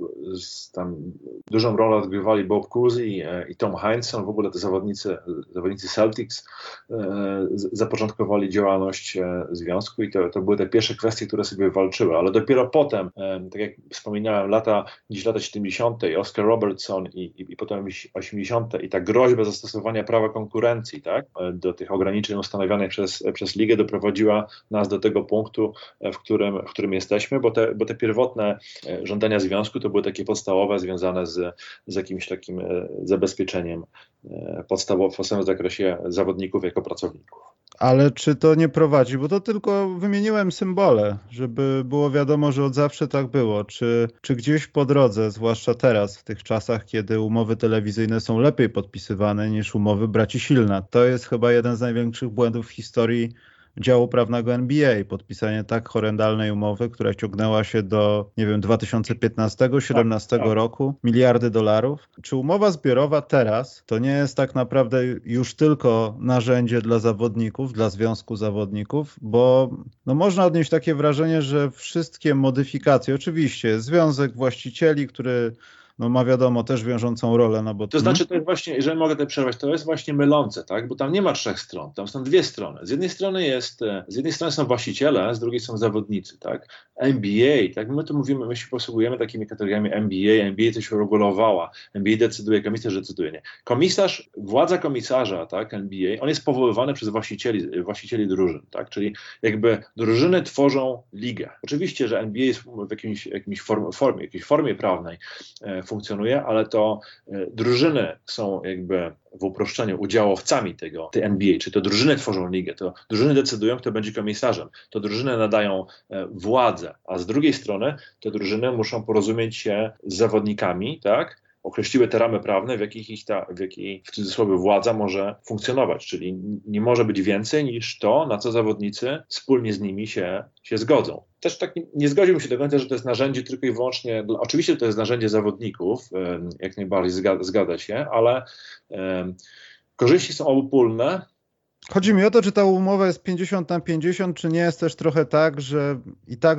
Z, tam dużą rolę odgrywali Bob Cousy e, i Tom Heinsohn. W ogóle te zawodnicy, zawodnicy Celtics e, z, zapoczątkowali działalność e, związku i to, to były te pierwsze kwestie, które sobie walczyły, ale dopiero potem, e, tak jak wspominałem, lata, gdzieś lata siedemdziesiąte Oscar Robertson i, i, i potem osiemdziesiąte i ta groźba zastosowania prawa konkurencji, tak, do tych ograniczeń ustanowionych przez, przez ligę doprowadziła nas do tego punktu, w którym, w którym jesteśmy, bo te, bo te pierwotne żądania związku to były takie podstawowe, związane z, z jakimś takim zabezpieczeniem podstawowym w zakresie zawodników jako pracowników. Ale czy to nie prowadzi, bo to tylko wymieniłem symbole, żeby było wiadomo, że od zawsze tak było. Czy, czy gdzieś po drodze, zwłaszcza teraz, w tych czasach, kiedy umowy telewizyjne są lepiej podpisywane niż umowy braci Silna. To jest chyba jeden z największych błędów w historii działu prawnego N B A. Podpisanie tak horrendalnej umowy, która ciągnęła się do, nie wiem, dwa tysiące piętnastego, dwa tysiące siedemnastego tak, tak. roku, miliardy dolarów. Czy umowa zbiorowa teraz to nie jest tak naprawdę już tylko narzędzie dla zawodników, dla związku zawodników, bo no, można odnieść takie wrażenie, że wszystkie modyfikacje, oczywiście związek właścicieli, który no ma wiadomo też wiążącą rolę. No bo... To znaczy, to jest właśnie, jeżeli mogę tutaj przerwać, to jest właśnie mylące, tak? Bo tam nie ma trzech stron, tam są dwie strony. Z jednej strony jest, z jednej strony są właściciele, z drugiej są zawodnicy, tak? N B A, tak? My tu mówimy, my się posługujemy takimi kategoriami N B A, N B A to się regulowała, N B A decyduje, komisarz decyduje, nie? Komisarz, władza komisarza, tak? N B A, on jest powoływany przez właścicieli, właścicieli drużyn, tak? Czyli jakby drużyny tworzą ligę. Oczywiście, że N B A jest w jakimś, jakimś form, formie, jakiejś formie prawnej e, funkcjonuje, ale to e, drużyny są jakby w uproszczeniu udziałowcami tego, tej N B A, czy to drużyny tworzą ligę, to drużyny decydują, kto będzie komisarzem, to drużyny nadają e, władzę, a z drugiej strony te drużyny muszą porozumieć się z zawodnikami, tak? Określiły te ramy prawne, w jakich ich ta, w jakiej w cudzysłowie władza może funkcjonować, czyli nie może być więcej niż to, na co zawodnicy wspólnie z nimi się, się zgodzą. Też tak nie, nie zgodziłbym się do końca, że to jest narzędzie tylko i wyłącznie, dla, oczywiście to jest narzędzie zawodników, jak najbardziej zgadza, zgadza się, ale um, korzyści są obopólne. Chodzi mi o to, czy ta umowa jest pięćdziesiąt na pięćdziesiąt, czy nie jest też trochę tak, że i tak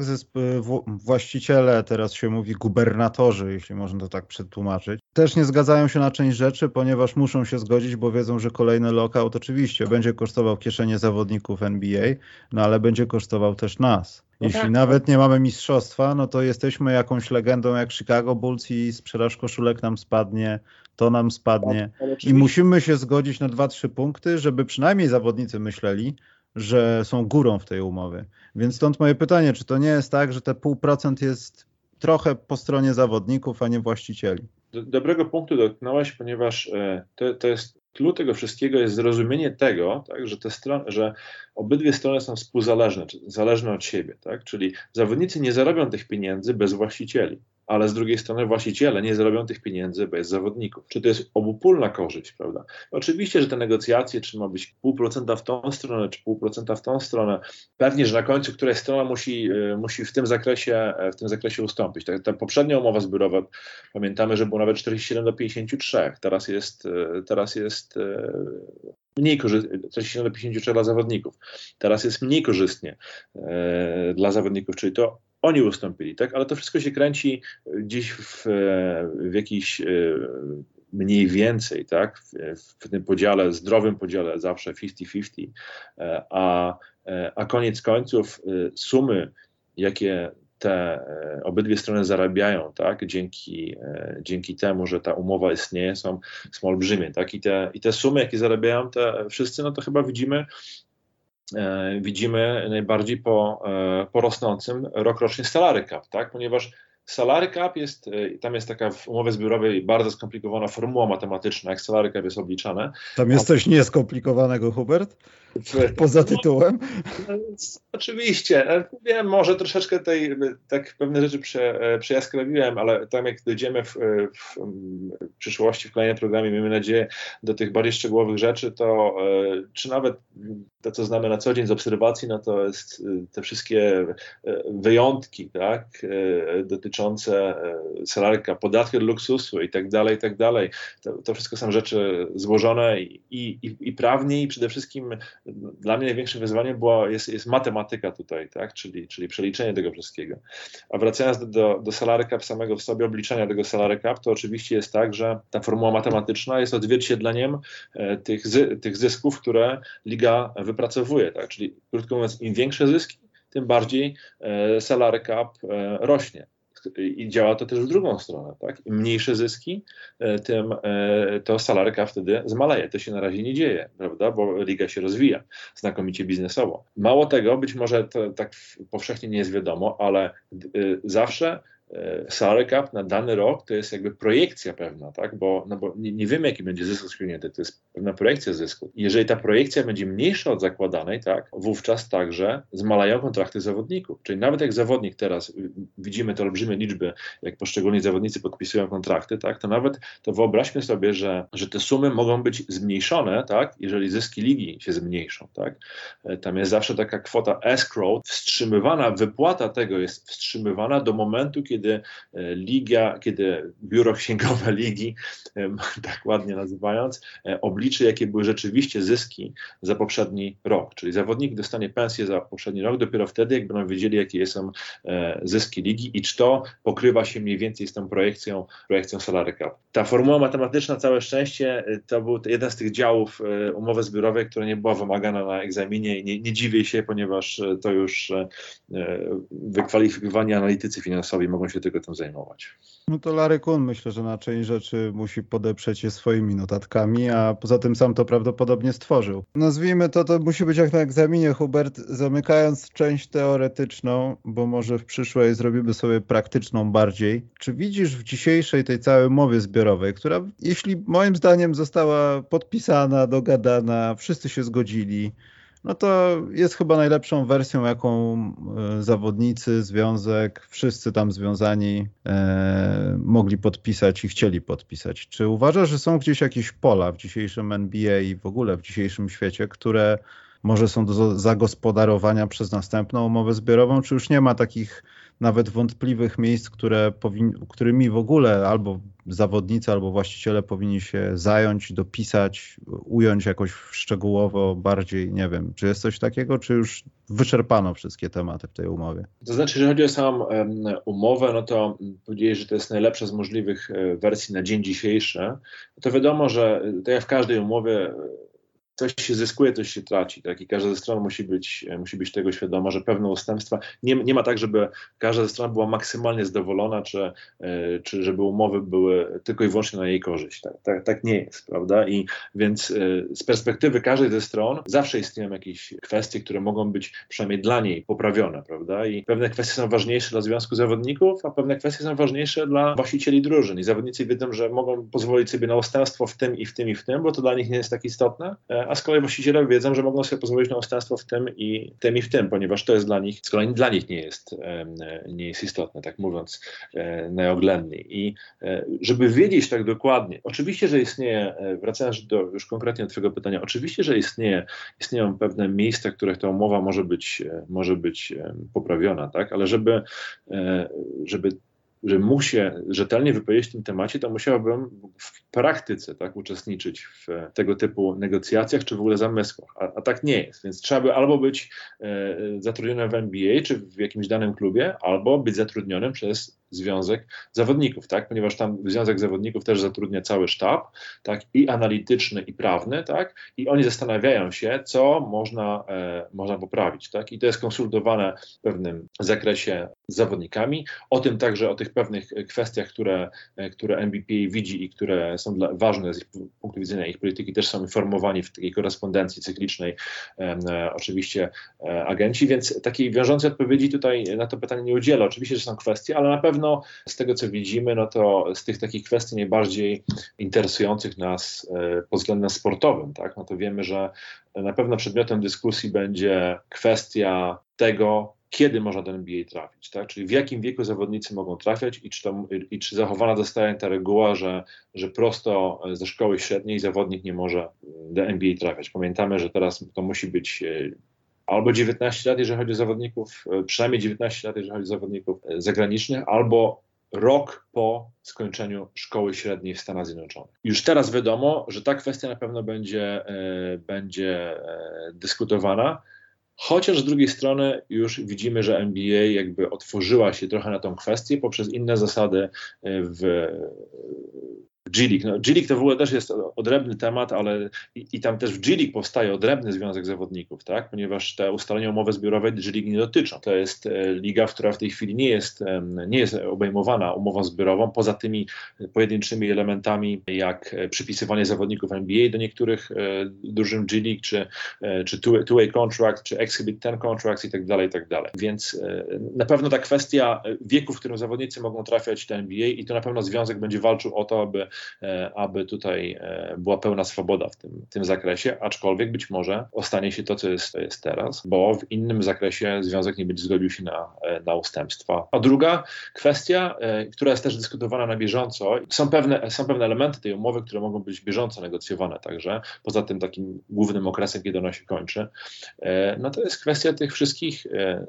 właściciele, teraz się mówi gubernatorzy, jeśli można to tak przetłumaczyć, też nie zgadzają się na część rzeczy, ponieważ muszą się zgodzić, bo wiedzą, że kolejny lockout oczywiście będzie kosztował kieszenie zawodników N B A, no ale będzie kosztował też nas. No Jeśli tak, nawet nie mamy mistrzostwa, no to jesteśmy jakąś legendą jak Chicago Bulls i sprzedaż koszulek nam spadnie, to nam spadnie i musimy się zgodzić na dwa trzy punkty, żeby przynajmniej zawodnicy myśleli, że są górą w tej umowie. Więc stąd moje pytanie, czy to nie jest tak, że te pół procent jest trochę po stronie zawodników, a nie właścicieli? Do, dobrego punktu dotknąłeś, ponieważ e, to, to jest klucz tego wszystkiego jest zrozumienie tego, tak, że, te strony, że obydwie strony są współzależne, czy zależne od siebie. Tak? Czyli zawodnicy nie zarobią tych pieniędzy bez właścicieli, ale z drugiej strony właściciele nie zarobią tych pieniędzy bez zawodników. Czy to jest obopólna korzyść, prawda? Oczywiście, że te negocjacje, czy ma być pół procenta w tą stronę, czy pół procenta w tą stronę, pewnie, że na końcu któraś strona musi, musi w tym zakresie, w tym zakresie ustąpić. Ta, ta poprzednia umowa zbiorowa, pamiętamy, że było nawet czterdzieści siedem do pięćdziesięciu trzech, teraz jest, teraz jest mniej korzystnie, czterdzieści siedem do pięćdziesięciu trzech dla zawodników. Teraz jest mniej korzystnie e, dla zawodników, czyli to oni ustąpili, tak? Ale to wszystko się kręci gdzieś w, w jakiś mniej więcej, tak? W, w tym podziale, zdrowym podziale zawsze pięćdziesiąt pięćdziesiąt, a, a koniec końców sumy, jakie te obydwie strony zarabiają, tak, dzięki, dzięki temu, że ta umowa istnieje, są, są olbrzymie, tak, i te, i te sumy, jakie zarabiają te wszyscy, no to chyba widzimy, e, widzimy najbardziej po, e, po rosnącym rokrocznie salary cap, tak, ponieważ salary cap jest, tam jest taka w umowie zbiorowej bardzo skomplikowana formuła matematyczna, jak salary cap jest obliczane. Tam jest coś nieskomplikowanego, Hubert? Poza tytułem? No, oczywiście. Wiem, może troszeczkę tej, tak pewne rzeczy prze, przejaskrawiłem, ale tam jak dojdziemy w, w, w przyszłości, w kolejnym programie, miejmy nadzieję, do tych bardziej szczegółowych rzeczy, to czy nawet to, co znamy na co dzień z obserwacji, no to jest te wszystkie wyjątki, tak, dotyczące salarka, podatki od luksusu i tak dalej, i tak dalej. To, to wszystko są rzeczy złożone i, i, i prawnie i przede wszystkim dla mnie największym wyzwaniem była, jest, jest matematyka tutaj, tak? czyli, czyli przeliczenie tego wszystkiego. A wracając do, do, do salary cap samego w sobie, obliczenia tego salary cap, to oczywiście jest tak, że ta formuła matematyczna jest odzwierciedleniem e, tych, zy, tych zysków, które liga wypracowuje. Tak? Czyli krótko mówiąc, im większe zyski, tym bardziej e, salary cap e, rośnie. I działa to też w drugą stronę, tak? Im mniejsze zyski, tym to salary cap wtedy zmaleje. To się na razie nie dzieje, prawda? Bo liga się rozwija znakomicie biznesowo. Mało tego, być może to tak powszechnie nie jest wiadomo, ale zawsze salary cap na dany rok to jest jakby projekcja pewna, tak? Bo, no bo nie, nie wiemy, jaki będzie zysk osiągnięty, to jest pewna projekcja zysku. Jeżeli ta projekcja będzie mniejsza od zakładanej, tak, wówczas także zmalają kontrakty zawodników. Czyli nawet jak zawodnik teraz, widzimy te olbrzymie liczby, jak poszczególni zawodnicy podpisują kontrakty, tak, to nawet to wyobraźmy sobie, że, że te sumy mogą być zmniejszone, tak, jeżeli zyski ligi się zmniejszą, tak. Tam jest zawsze taka kwota escrow, wstrzymywana, wypłata tego jest wstrzymywana do momentu, kiedy kiedy liga, kiedy biuro księgowe ligi, tak ładnie nazywając, obliczy, jakie były rzeczywiście zyski za poprzedni rok. Czyli zawodnik dostanie pensję za poprzedni rok dopiero wtedy, jak będą wiedzieli, jakie są zyski ligi i czy to pokrywa się mniej więcej z tą projekcją, projekcją salary cap. Ta formuła matematyczna, całe szczęście, to był jeden z tych działów umowy zbiorowej, która nie była wymagana na egzaminie i nie, nie dziwię się, ponieważ to już wykwalifikowani analitycy finansowi mogą się tylko tym zajmować. No to Larry Kun myślę, że na część rzeczy musi podeprzeć je swoimi notatkami, a poza tym sam to prawdopodobnie stworzył. Nazwijmy to, to musi być jak na egzaminie, Hubert, zamykając część teoretyczną, bo może w przyszłej zrobimy sobie praktyczną bardziej. Czy widzisz w dzisiejszej tej całej umowie zbiorowej, która jeśli moim zdaniem została podpisana, dogadana, wszyscy się zgodzili, no to jest chyba najlepszą wersją, jaką zawodnicy, związek, wszyscy tam związani e, mogli podpisać i chcieli podpisać. Czy uważasz, że są gdzieś jakieś pola w dzisiejszym N B A i w ogóle w dzisiejszym świecie, które może są do zagospodarowania przez następną umowę zbiorową, czy już nie ma takich nawet wątpliwych miejsc, które powin- którymi w ogóle albo zawodnicy, albo właściciele powinni się zająć, dopisać, ująć jakoś szczegółowo bardziej, nie wiem, czy jest coś takiego, czy już wyczerpano wszystkie tematy w tej umowie? To znaczy, jeżeli chodzi o samą um, umowę, no to powiedzieli, że to jest najlepsza z możliwych wersji na dzień dzisiejszy. To wiadomo, że tak jak w każdej umowie coś się zyskuje, coś się traci, tak? I każda ze stron musi być, musi być tego świadoma, że pewne ustępstwa, nie, nie ma tak, żeby każda ze stron była maksymalnie zadowolona, czy, czy żeby umowy były tylko i wyłącznie na jej korzyść. Tak, tak, tak nie jest, prawda? I więc z perspektywy każdej ze stron zawsze istnieją jakieś kwestie, które mogą być przynajmniej dla niej poprawione, prawda? I pewne kwestie są ważniejsze dla związku zawodników, a pewne kwestie są ważniejsze dla właścicieli drużyn. I zawodnicy wiedzą, że mogą pozwolić sobie na ustępstwo w tym i w tym i w tym, bo to dla nich nie jest tak istotne. A z kolei właściciele wiedzą, że mogą sobie pozwolić na ustępstwo w tym i tym i w tym, ponieważ to jest dla nich, z kolei dla nich nie jest, nie jest istotne, tak mówiąc najoględniej. I żeby wiedzieć tak dokładnie, oczywiście, że istnieje, wracając do już konkretnie do twojego pytania, oczywiście, że istnieje, istnieją pewne miejsca, w których ta umowa może być, może być poprawiona, tak, ale żeby, żeby że mógł się rzetelnie wypowiedzieć w tym temacie, to musiałbym w praktyce tak, uczestniczyć w tego typu negocjacjach, czy w ogóle zamysłach. A, a tak nie jest. Więc trzeba by albo być e, zatrudnionym w N B A, czy w jakimś danym klubie, albo być zatrudnionym przez Związek Zawodników, tak? Ponieważ tam Związek Zawodników też zatrudnia cały sztab, tak? I analityczny, i prawny, tak? I oni zastanawiają się, co można, e, można poprawić, tak? I to jest konsultowane w pewnym zakresie z zawodnikami. O tym także, o tych pewnych kwestiach, które, które N B P A widzi i które są dla, ważne z ich punktu widzenia ich polityki, też są informowani w takiej korespondencji cyklicznej e, oczywiście e, agenci, więc takiej wiążącej odpowiedzi tutaj na to pytanie nie udzielę. Oczywiście, że są kwestie, ale na pewno z tego, co widzimy, no to z tych takich kwestii najbardziej interesujących nas e, pod względem sportowym, tak, no to wiemy, że na pewno przedmiotem dyskusji będzie kwestia tego, kiedy można do N B A trafić, tak? Czyli w jakim wieku zawodnicy mogą trafiać i czy, to, i czy zachowana zostaje ta reguła, że, że prosto ze szkoły średniej zawodnik nie może do N B A trafiać. Pamiętamy, że teraz to musi być albo dziewiętnaście lat, jeżeli chodzi o zawodników, przynajmniej dziewiętnaście lat, jeżeli chodzi o zawodników zagranicznych, albo rok po skończeniu szkoły średniej w Stanach Zjednoczonych. Już teraz wiadomo, że ta kwestia na pewno będzie, e, będzie e, dyskutowana, chociaż z drugiej strony już widzimy, że N B A jakby otworzyła się trochę na tą kwestię poprzez inne zasady w G League. No, G League to w ogóle też jest odrębny temat, ale i, i tam też w G League powstaje odrębny związek zawodników, tak? Ponieważ te ustalenia umowy zbiorowej G League nie dotyczą. To jest e, liga, która w tej chwili nie jest, e, nie jest obejmowana umową zbiorową, poza tymi pojedynczymi elementami, jak e, przypisywanie zawodników N B A do niektórych e, drużyn G League, czy, e, czy two-way contract, czy Exhibit ten contracts i tak dalej, i tak dalej. Więc e, na pewno ta kwestia wieku, w którym zawodnicy mogą trafiać do N B A i to na pewno związek będzie walczył o to, aby aby tutaj była pełna swoboda w tym, w tym zakresie, aczkolwiek być może ostanie się to, co jest, to jest teraz, bo w innym zakresie związek nie będzie zgodził się na, na ustępstwa. A druga kwestia, która jest też dyskutowana na bieżąco, są pewne, są pewne elementy tej umowy, które mogą być bieżąco negocjowane także, poza tym takim głównym okresem, kiedy ona się kończy, no to jest kwestia tych wszystkich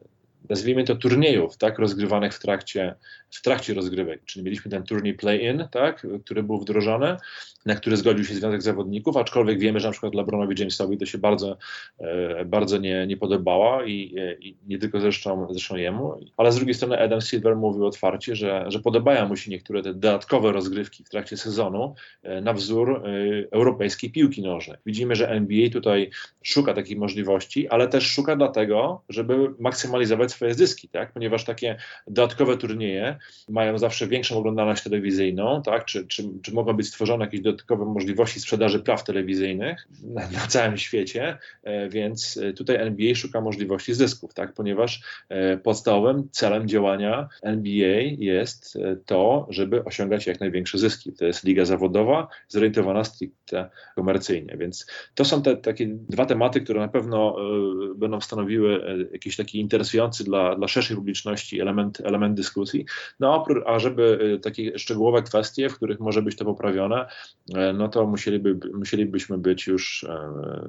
nazwijmy to turniejów, tak, rozgrywanych w trakcie, w trakcie rozgrywek. Czyli mieliśmy ten turniej play-in, tak, który był wdrożony, na który zgodził się Związek Zawodników, aczkolwiek wiemy, że na przykład LeBronowi Jamesowi to się bardzo, bardzo nie, nie podobało i, i nie tylko zresztą, zresztą jemu, ale z drugiej strony Adam Silver mówił otwarcie, że, że podobają mu się niektóre te dodatkowe rozgrywki w trakcie sezonu na wzór europejskiej piłki nożnej. Widzimy, że N B A tutaj szuka takich możliwości, ale też szuka dlatego, żeby maksymalizować swoje zyski, tak? Ponieważ takie dodatkowe turnieje mają zawsze większą oglądalność telewizyjną, tak? Czy, czy, czy mogą być stworzone jakieś dodatkowe możliwości sprzedaży praw telewizyjnych na, na całym świecie, e, więc tutaj N B A szuka możliwości zysków, tak? Ponieważ e, podstawowym celem działania N B A jest to, żeby osiągać jak największe zyski. To jest liga zawodowa, zorientowana stricte komercyjnie, więc to są te takie dwa tematy, które na pewno y, będą stanowiły y, jakiś taki interesujący dla, dla szerszej publiczności element, element dyskusji. No a żeby y, takie szczegółowe kwestie, w których może być to poprawione, y, no to musieliby, musielibyśmy być już y,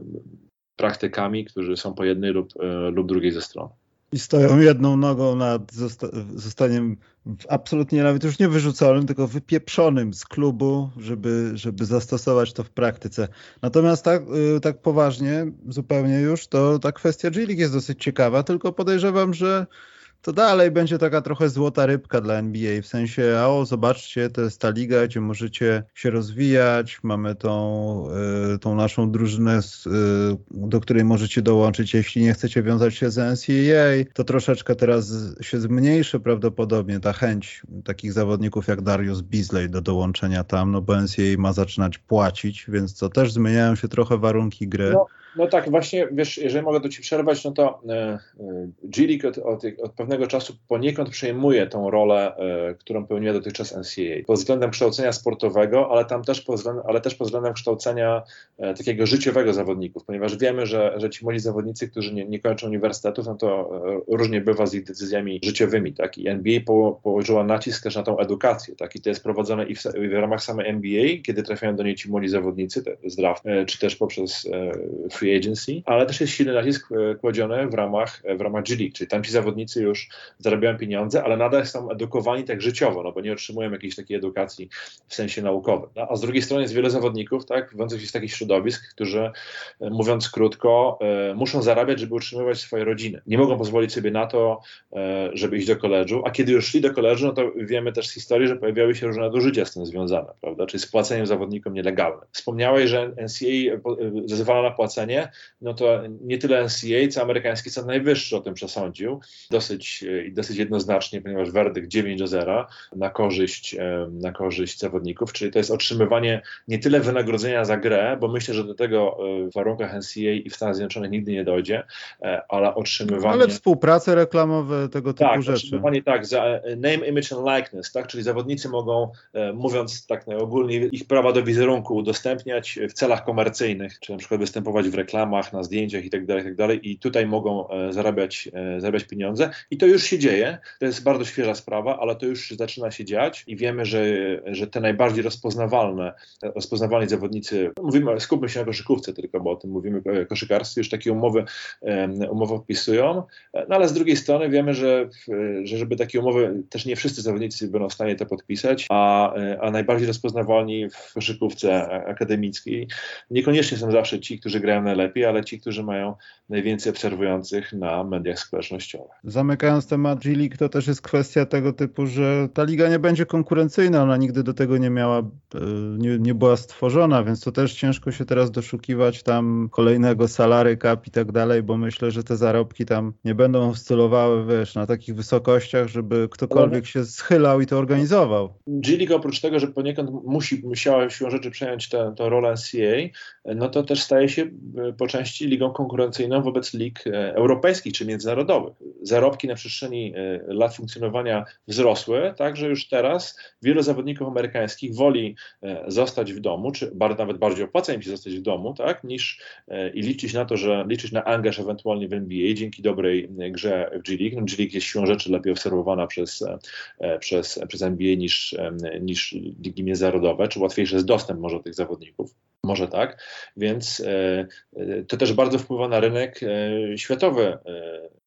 praktykami, którzy są po jednej lub, y, lub drugiej ze stron. I stoją jedną nogą nad zosta- zostaniem absolutnie nawet już nie wyrzuconym, tylko wypieprzonym z klubu, żeby, żeby zastosować to w praktyce. Natomiast tak, tak poważnie, zupełnie już, to ta kwestia G League jest dosyć ciekawa, tylko podejrzewam, że to dalej będzie taka trochę złota rybka dla N B A, w sensie, a o, zobaczcie, to jest ta liga, gdzie możecie się rozwijać, mamy tą, y, tą naszą drużynę, y, do której możecie dołączyć, jeśli nie chcecie wiązać się z N C A A, to troszeczkę teraz się zmniejszy prawdopodobnie ta chęć takich zawodników jak Darius Beasley do dołączenia tam, no bo N C A A ma zaczynać płacić, więc to też zmieniają się trochę warunki gry. No. No tak, właśnie, wiesz, jeżeli mogę do Ci przerwać, no to e, G League od, od, od pewnego czasu poniekąd przejmuje tą rolę, e, którą pełniła dotychczas N C A A. Pod względem kształcenia sportowego, ale tam też pod względem, ale też pod względem kształcenia e, takiego życiowego zawodników, ponieważ wiemy, że, że ci młodzi zawodnicy, którzy nie, nie kończą uniwersytetów, no to e, różnie bywa z ich decyzjami życiowymi, tak? I N B A po, położyła nacisk też na tą edukację, tak? I to jest prowadzone i w, w ramach samej N B A, kiedy trafiają do niej ci młodzi zawodnicy, te, z draft, e, czy też poprzez e, free agency, ale też jest silny nacisk kładziony w ramach, w ramach G League, czyli tam ci zawodnicy już zarabiają pieniądze, ale nadal są edukowani tak życiowo, no bo nie otrzymują jakiejś takiej edukacji w sensie naukowym. No, a z drugiej strony jest wiele zawodników, tak, wchodzących się z takich środowisk, którzy, mówiąc krótko, e, muszą zarabiać, żeby utrzymywać swoje rodziny. Nie mogą pozwolić sobie na to, e, żeby iść do koledżu, a kiedy już szli do koledżu, no to wiemy też z historii, że pojawiały się różne nadużycia z tym związane, prawda, czyli z płaceniem zawodnikom nielegalnym. Wspomniałeś, że N C A A zezwala na płacenie, no to nie tyle N C A A, co amerykański Sąd Najwyższy o tym przesądził dosyć, dosyć jednoznacznie, ponieważ werdykt dziewięć do zera na korzyść, na korzyść zawodników, czyli to jest otrzymywanie nie tyle wynagrodzenia za grę, bo myślę, że do tego w warunkach N C A A i w Stanach Zjednoczonych nigdy nie dojdzie, ale otrzymywanie... Ale współprace reklamowe, tego typu tak, rzeczy. Otrzymywanie tak, za name, image and likeness, tak, czyli zawodnicy mogą, mówiąc tak najogólniej, ich prawa do wizerunku udostępniać w celach komercyjnych, czy na przykład występować w reklamach, na zdjęciach i tak dalej, i tak dalej, i tutaj mogą e, zarabiać, e, zarabiać pieniądze i to już się dzieje, to jest bardzo świeża sprawa, ale to już zaczyna się dziać i wiemy, że, że te najbardziej rozpoznawalne, rozpoznawalni zawodnicy, mówimy, skupmy się na koszykówce tylko, bo o tym mówimy, o koszykarstwie, już takie umowy, e, umowy podpisują, no ale z drugiej strony wiemy, że, że żeby takie umowy, też nie wszyscy zawodnicy będą w stanie to podpisać, a, a najbardziej rozpoznawalni w koszykówce akademickiej niekoniecznie są zawsze ci, którzy grają najlepiej, ale ci, którzy mają najwięcej obserwujących na mediach społecznościowych. Zamykając temat G League, to też jest kwestia tego typu, że ta liga nie będzie konkurencyjna, ona nigdy do tego nie miała, nie, nie była stworzona, więc to też ciężko się teraz doszukiwać tam kolejnego salary cap i tak dalej, bo myślę, że te zarobki tam nie będą oscylowały, wiesz, na takich wysokościach, żeby ktokolwiek się schylał i to organizował. G League oprócz tego, że poniekąd musi, musiała siłą rzeczy przejąć tę, tę rolę N C A A, no to też staje się po części ligą konkurencyjną wobec lig europejskich czy międzynarodowych. Zarobki na przestrzeni lat funkcjonowania wzrosły, tak, że już teraz wielu zawodników amerykańskich woli zostać w domu, czy nawet bardziej opłaca im się zostać w domu, tak, niż i liczyć na to, że liczyć na angaż ewentualnie w N B A dzięki dobrej grze w G League. No, G League jest siłą rzeczy lepiej obserwowana przez, przez, przez N B A niż, niż ligi międzynarodowe, czy łatwiejszy jest dostęp może tych zawodników. Może tak, więc e, to też bardzo wpływa na rynek e, światowy e,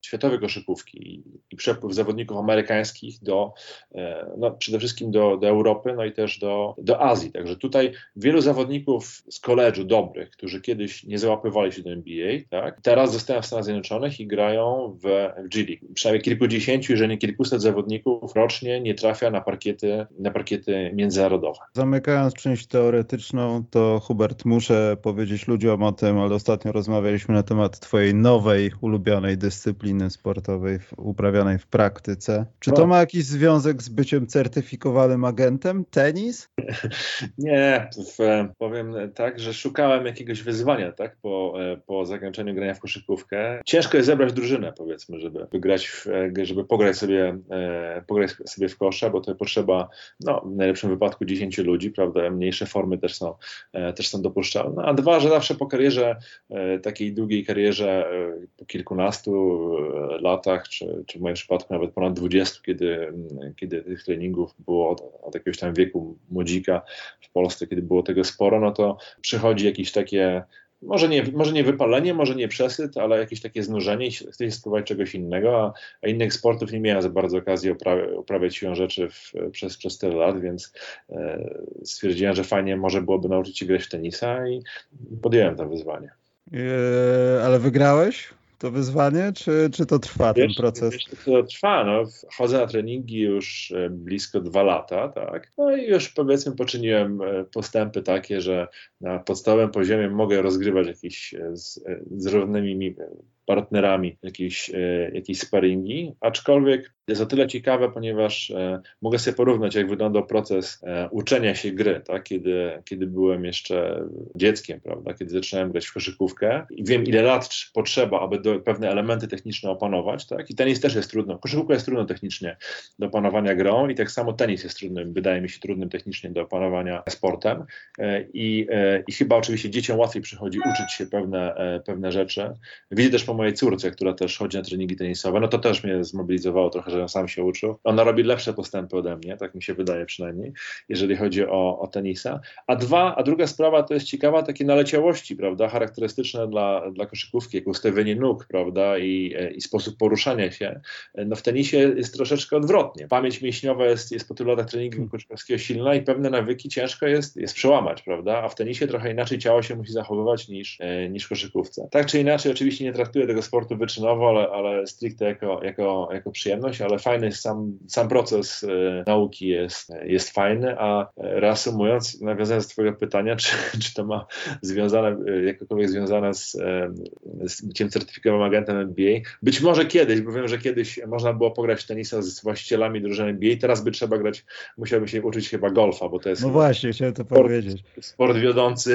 światowej koszykówki i przepływ zawodników amerykańskich do, no, przede wszystkim do, do Europy, no i też do, do Azji. Także tutaj wielu zawodników z college'u dobrych, którzy kiedyś nie załapywali się do N B A, tak, teraz zostają w Stanach Zjednoczonych i grają w, w G League. Przynajmniej kilkudziesięciu, jeżeli nie kilkuset zawodników rocznie nie trafia na parkiety, na parkiety międzynarodowe. Zamykając część teoretyczną, to Hubert, muszę powiedzieć ludziom o tym, ale ostatnio rozmawialiśmy na temat twojej nowej, ulubionej dyscypliny sportowej uprawianej w praktyce. Czy to ma jakiś związek z byciem certyfikowanym agentem? Tenis? Nie, w, powiem tak, że szukałem jakiegoś wyzwania, tak, po, po zakończeniu grania w koszykówkę. Ciężko jest zebrać drużynę, powiedzmy, żeby wygrać, w, żeby pograć sobie, pograć sobie w kosza, bo to potrzeba, no, w najlepszym wypadku dziesięciu ludzi, prawda, mniejsze formy też są, też są dopuszczalne, a dwa, że zawsze po karierze, takiej długiej karierze, po kilkunastu latach, czy, czy w moim przypadku nawet ponad dwudziestu, kiedy, kiedy tych treningów było od, od jakiegoś tam wieku młodzika w Polsce, kiedy było tego sporo, no to przychodzi jakieś takie, może nie, może nie wypalenie, może nie przesyt, ale jakieś takie znużenie i chce się spróbować czegoś innego, a, a innych sportów nie miałem za bardzo okazji upra- uprawiać siłą rzeczy w, przez, przez tyle lat, więc e, stwierdziłem, że fajnie może byłoby nauczyć się grać w tenisa i podjąłem to wyzwanie. Eee, ale wygrałeś to wyzwanie, czy, czy to trwa wiesz, ten proces? Wiesz, to trwa, no. Chodzę na treningi już blisko dwa lata, tak. No i już powiedzmy poczyniłem postępy takie, że na podstawowym poziomie mogę rozgrywać jakieś z, z równymi partnerami jakieś, jakieś sparingi, aczkolwiek jest o tyle ciekawe, ponieważ e, mogę sobie porównać, jak wyglądał proces e, uczenia się gry, tak? kiedy, kiedy byłem jeszcze dzieckiem, prawda? Kiedy zaczynałem grać w koszykówkę i wiem, ile lat potrzeba, aby do, pewne elementy techniczne opanować, tak? I tenis też jest trudno, koszykówka jest trudno technicznie do opanowania grą i tak samo tenis jest trudnym, wydaje mi się trudnym technicznie do opanowania sportem e, i, e, i chyba oczywiście dzieciom łatwiej przychodzi uczyć się pewne, e, pewne rzeczy. Widzę też po mojej córce, która też chodzi na treningi tenisowe, no to też mnie zmobilizowało trochę, że sam się uczył. Ona robi lepsze postępy ode mnie, tak mi się wydaje przynajmniej, jeżeli chodzi o, o tenisa. A dwa, a druga sprawa to jest ciekawa, takie naleciałości, prawda, charakterystyczne dla, dla koszykówki, jak ustawienie nóg, prawda, i, i sposób poruszania się. No w tenisie jest troszeczkę odwrotnie. Pamięć mięśniowa jest, jest po tylu latach treningu koszykówskiego silna i pewne nawyki ciężko jest, jest przełamać, prawda, a w tenisie trochę inaczej ciało się musi zachowywać niż, niż w koszykówce. Tak czy inaczej, oczywiście nie traktuję tego sportu wyczynowo, ale, ale stricte jako, jako, jako przyjemność, ale fajny jest sam, sam proces e, nauki jest, jest fajny, a e, reasumując, nawiązując do twojego pytania, czy, czy to ma związane, e, jakokolwiek związane z, e, z byciem certyfikowanym agentem N B A, być może kiedyś, bo wiem, że kiedyś można było pograć w tenisa z właścicielami drużyny N B A, teraz by trzeba grać, musiałby się uczyć chyba golfa, bo to jest no właśnie, chciałem to sport, powiedzieć. Sport wiodący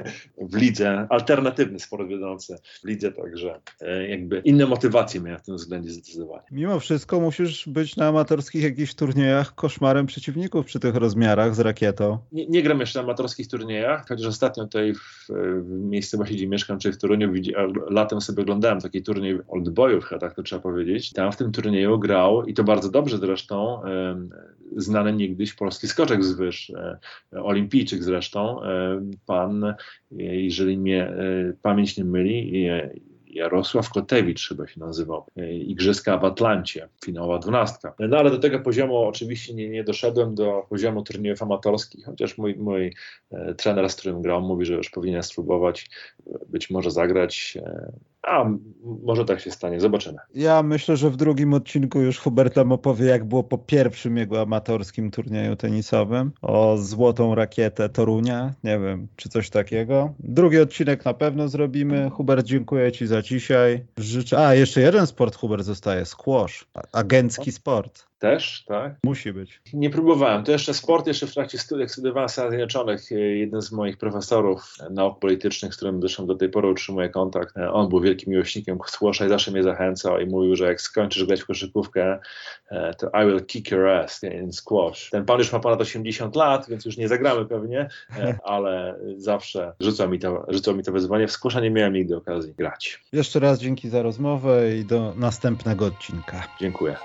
w lidze, alternatywny sport wiodący w lidze, także e, jakby inne motywacje miałem w tym względzie zdecydowanie. Mimo wszystko musisz być na amatorskich jakichś turniejach koszmarem przeciwników przy tych rozmiarach z rakietą. Nie, nie gram jeszcze na amatorskich turniejach, chociaż ostatnio tutaj w, w miejscowości, gdzie mieszkam, czyli w Toruniu, widzi, latem sobie oglądałem taki turniej oldboyów, chyba tak to trzeba powiedzieć. Tam w tym turnieju grał, i to bardzo dobrze zresztą, e, znany niegdyś polski skoczek z wyż, e, olimpijczyk zresztą, e, pan, jeżeli mnie e, pamięć nie myli, e, Jarosław Kotewicz chyba się nazywał. Igrzyska w Atlancie, finałowa dwunastka. No ale do tego poziomu oczywiście nie, nie doszedłem, do poziomu turniejów amatorskich, chociaż mój, mój e, trener, z którym grał, mówi, że już powinien spróbować, być może zagrać. E, a może tak się stanie, zobaczymy. Ja myślę, że w drugim odcinku już Hubert nam opowie, jak było po pierwszym jego amatorskim turnieju tenisowym, o złotą rakietę Torunia, nie wiem, czy coś takiego. Drugi odcinek na pewno zrobimy. Hubert, dziękuję ci za dzisiaj. Życzę... A, jeszcze jeden sport, Hubert, zostaje, squash, agencki sport. Też, tak? Musi być. Nie próbowałem. To jeszcze sport, jeszcze w trakcie studiów, jak studiowałem w Stanach Zjednoczonych, jeden z moich profesorów nauk politycznych, z którym zresztą do tej pory utrzymuję kontakt, on był wielkim miłośnikiem squasha i zawsze mnie zachęcał i mówił, że jak skończysz grać w koszykówkę, to I will kick your ass in squash. Ten pan już ma ponad osiemdziesiąt lat, więc już nie zagramy pewnie, ale zawsze rzucał mi to, rzucał mi to wyzwanie. W squasha nie miałem nigdy okazji grać. Jeszcze raz dzięki za rozmowę i do następnego odcinka. Dziękuję.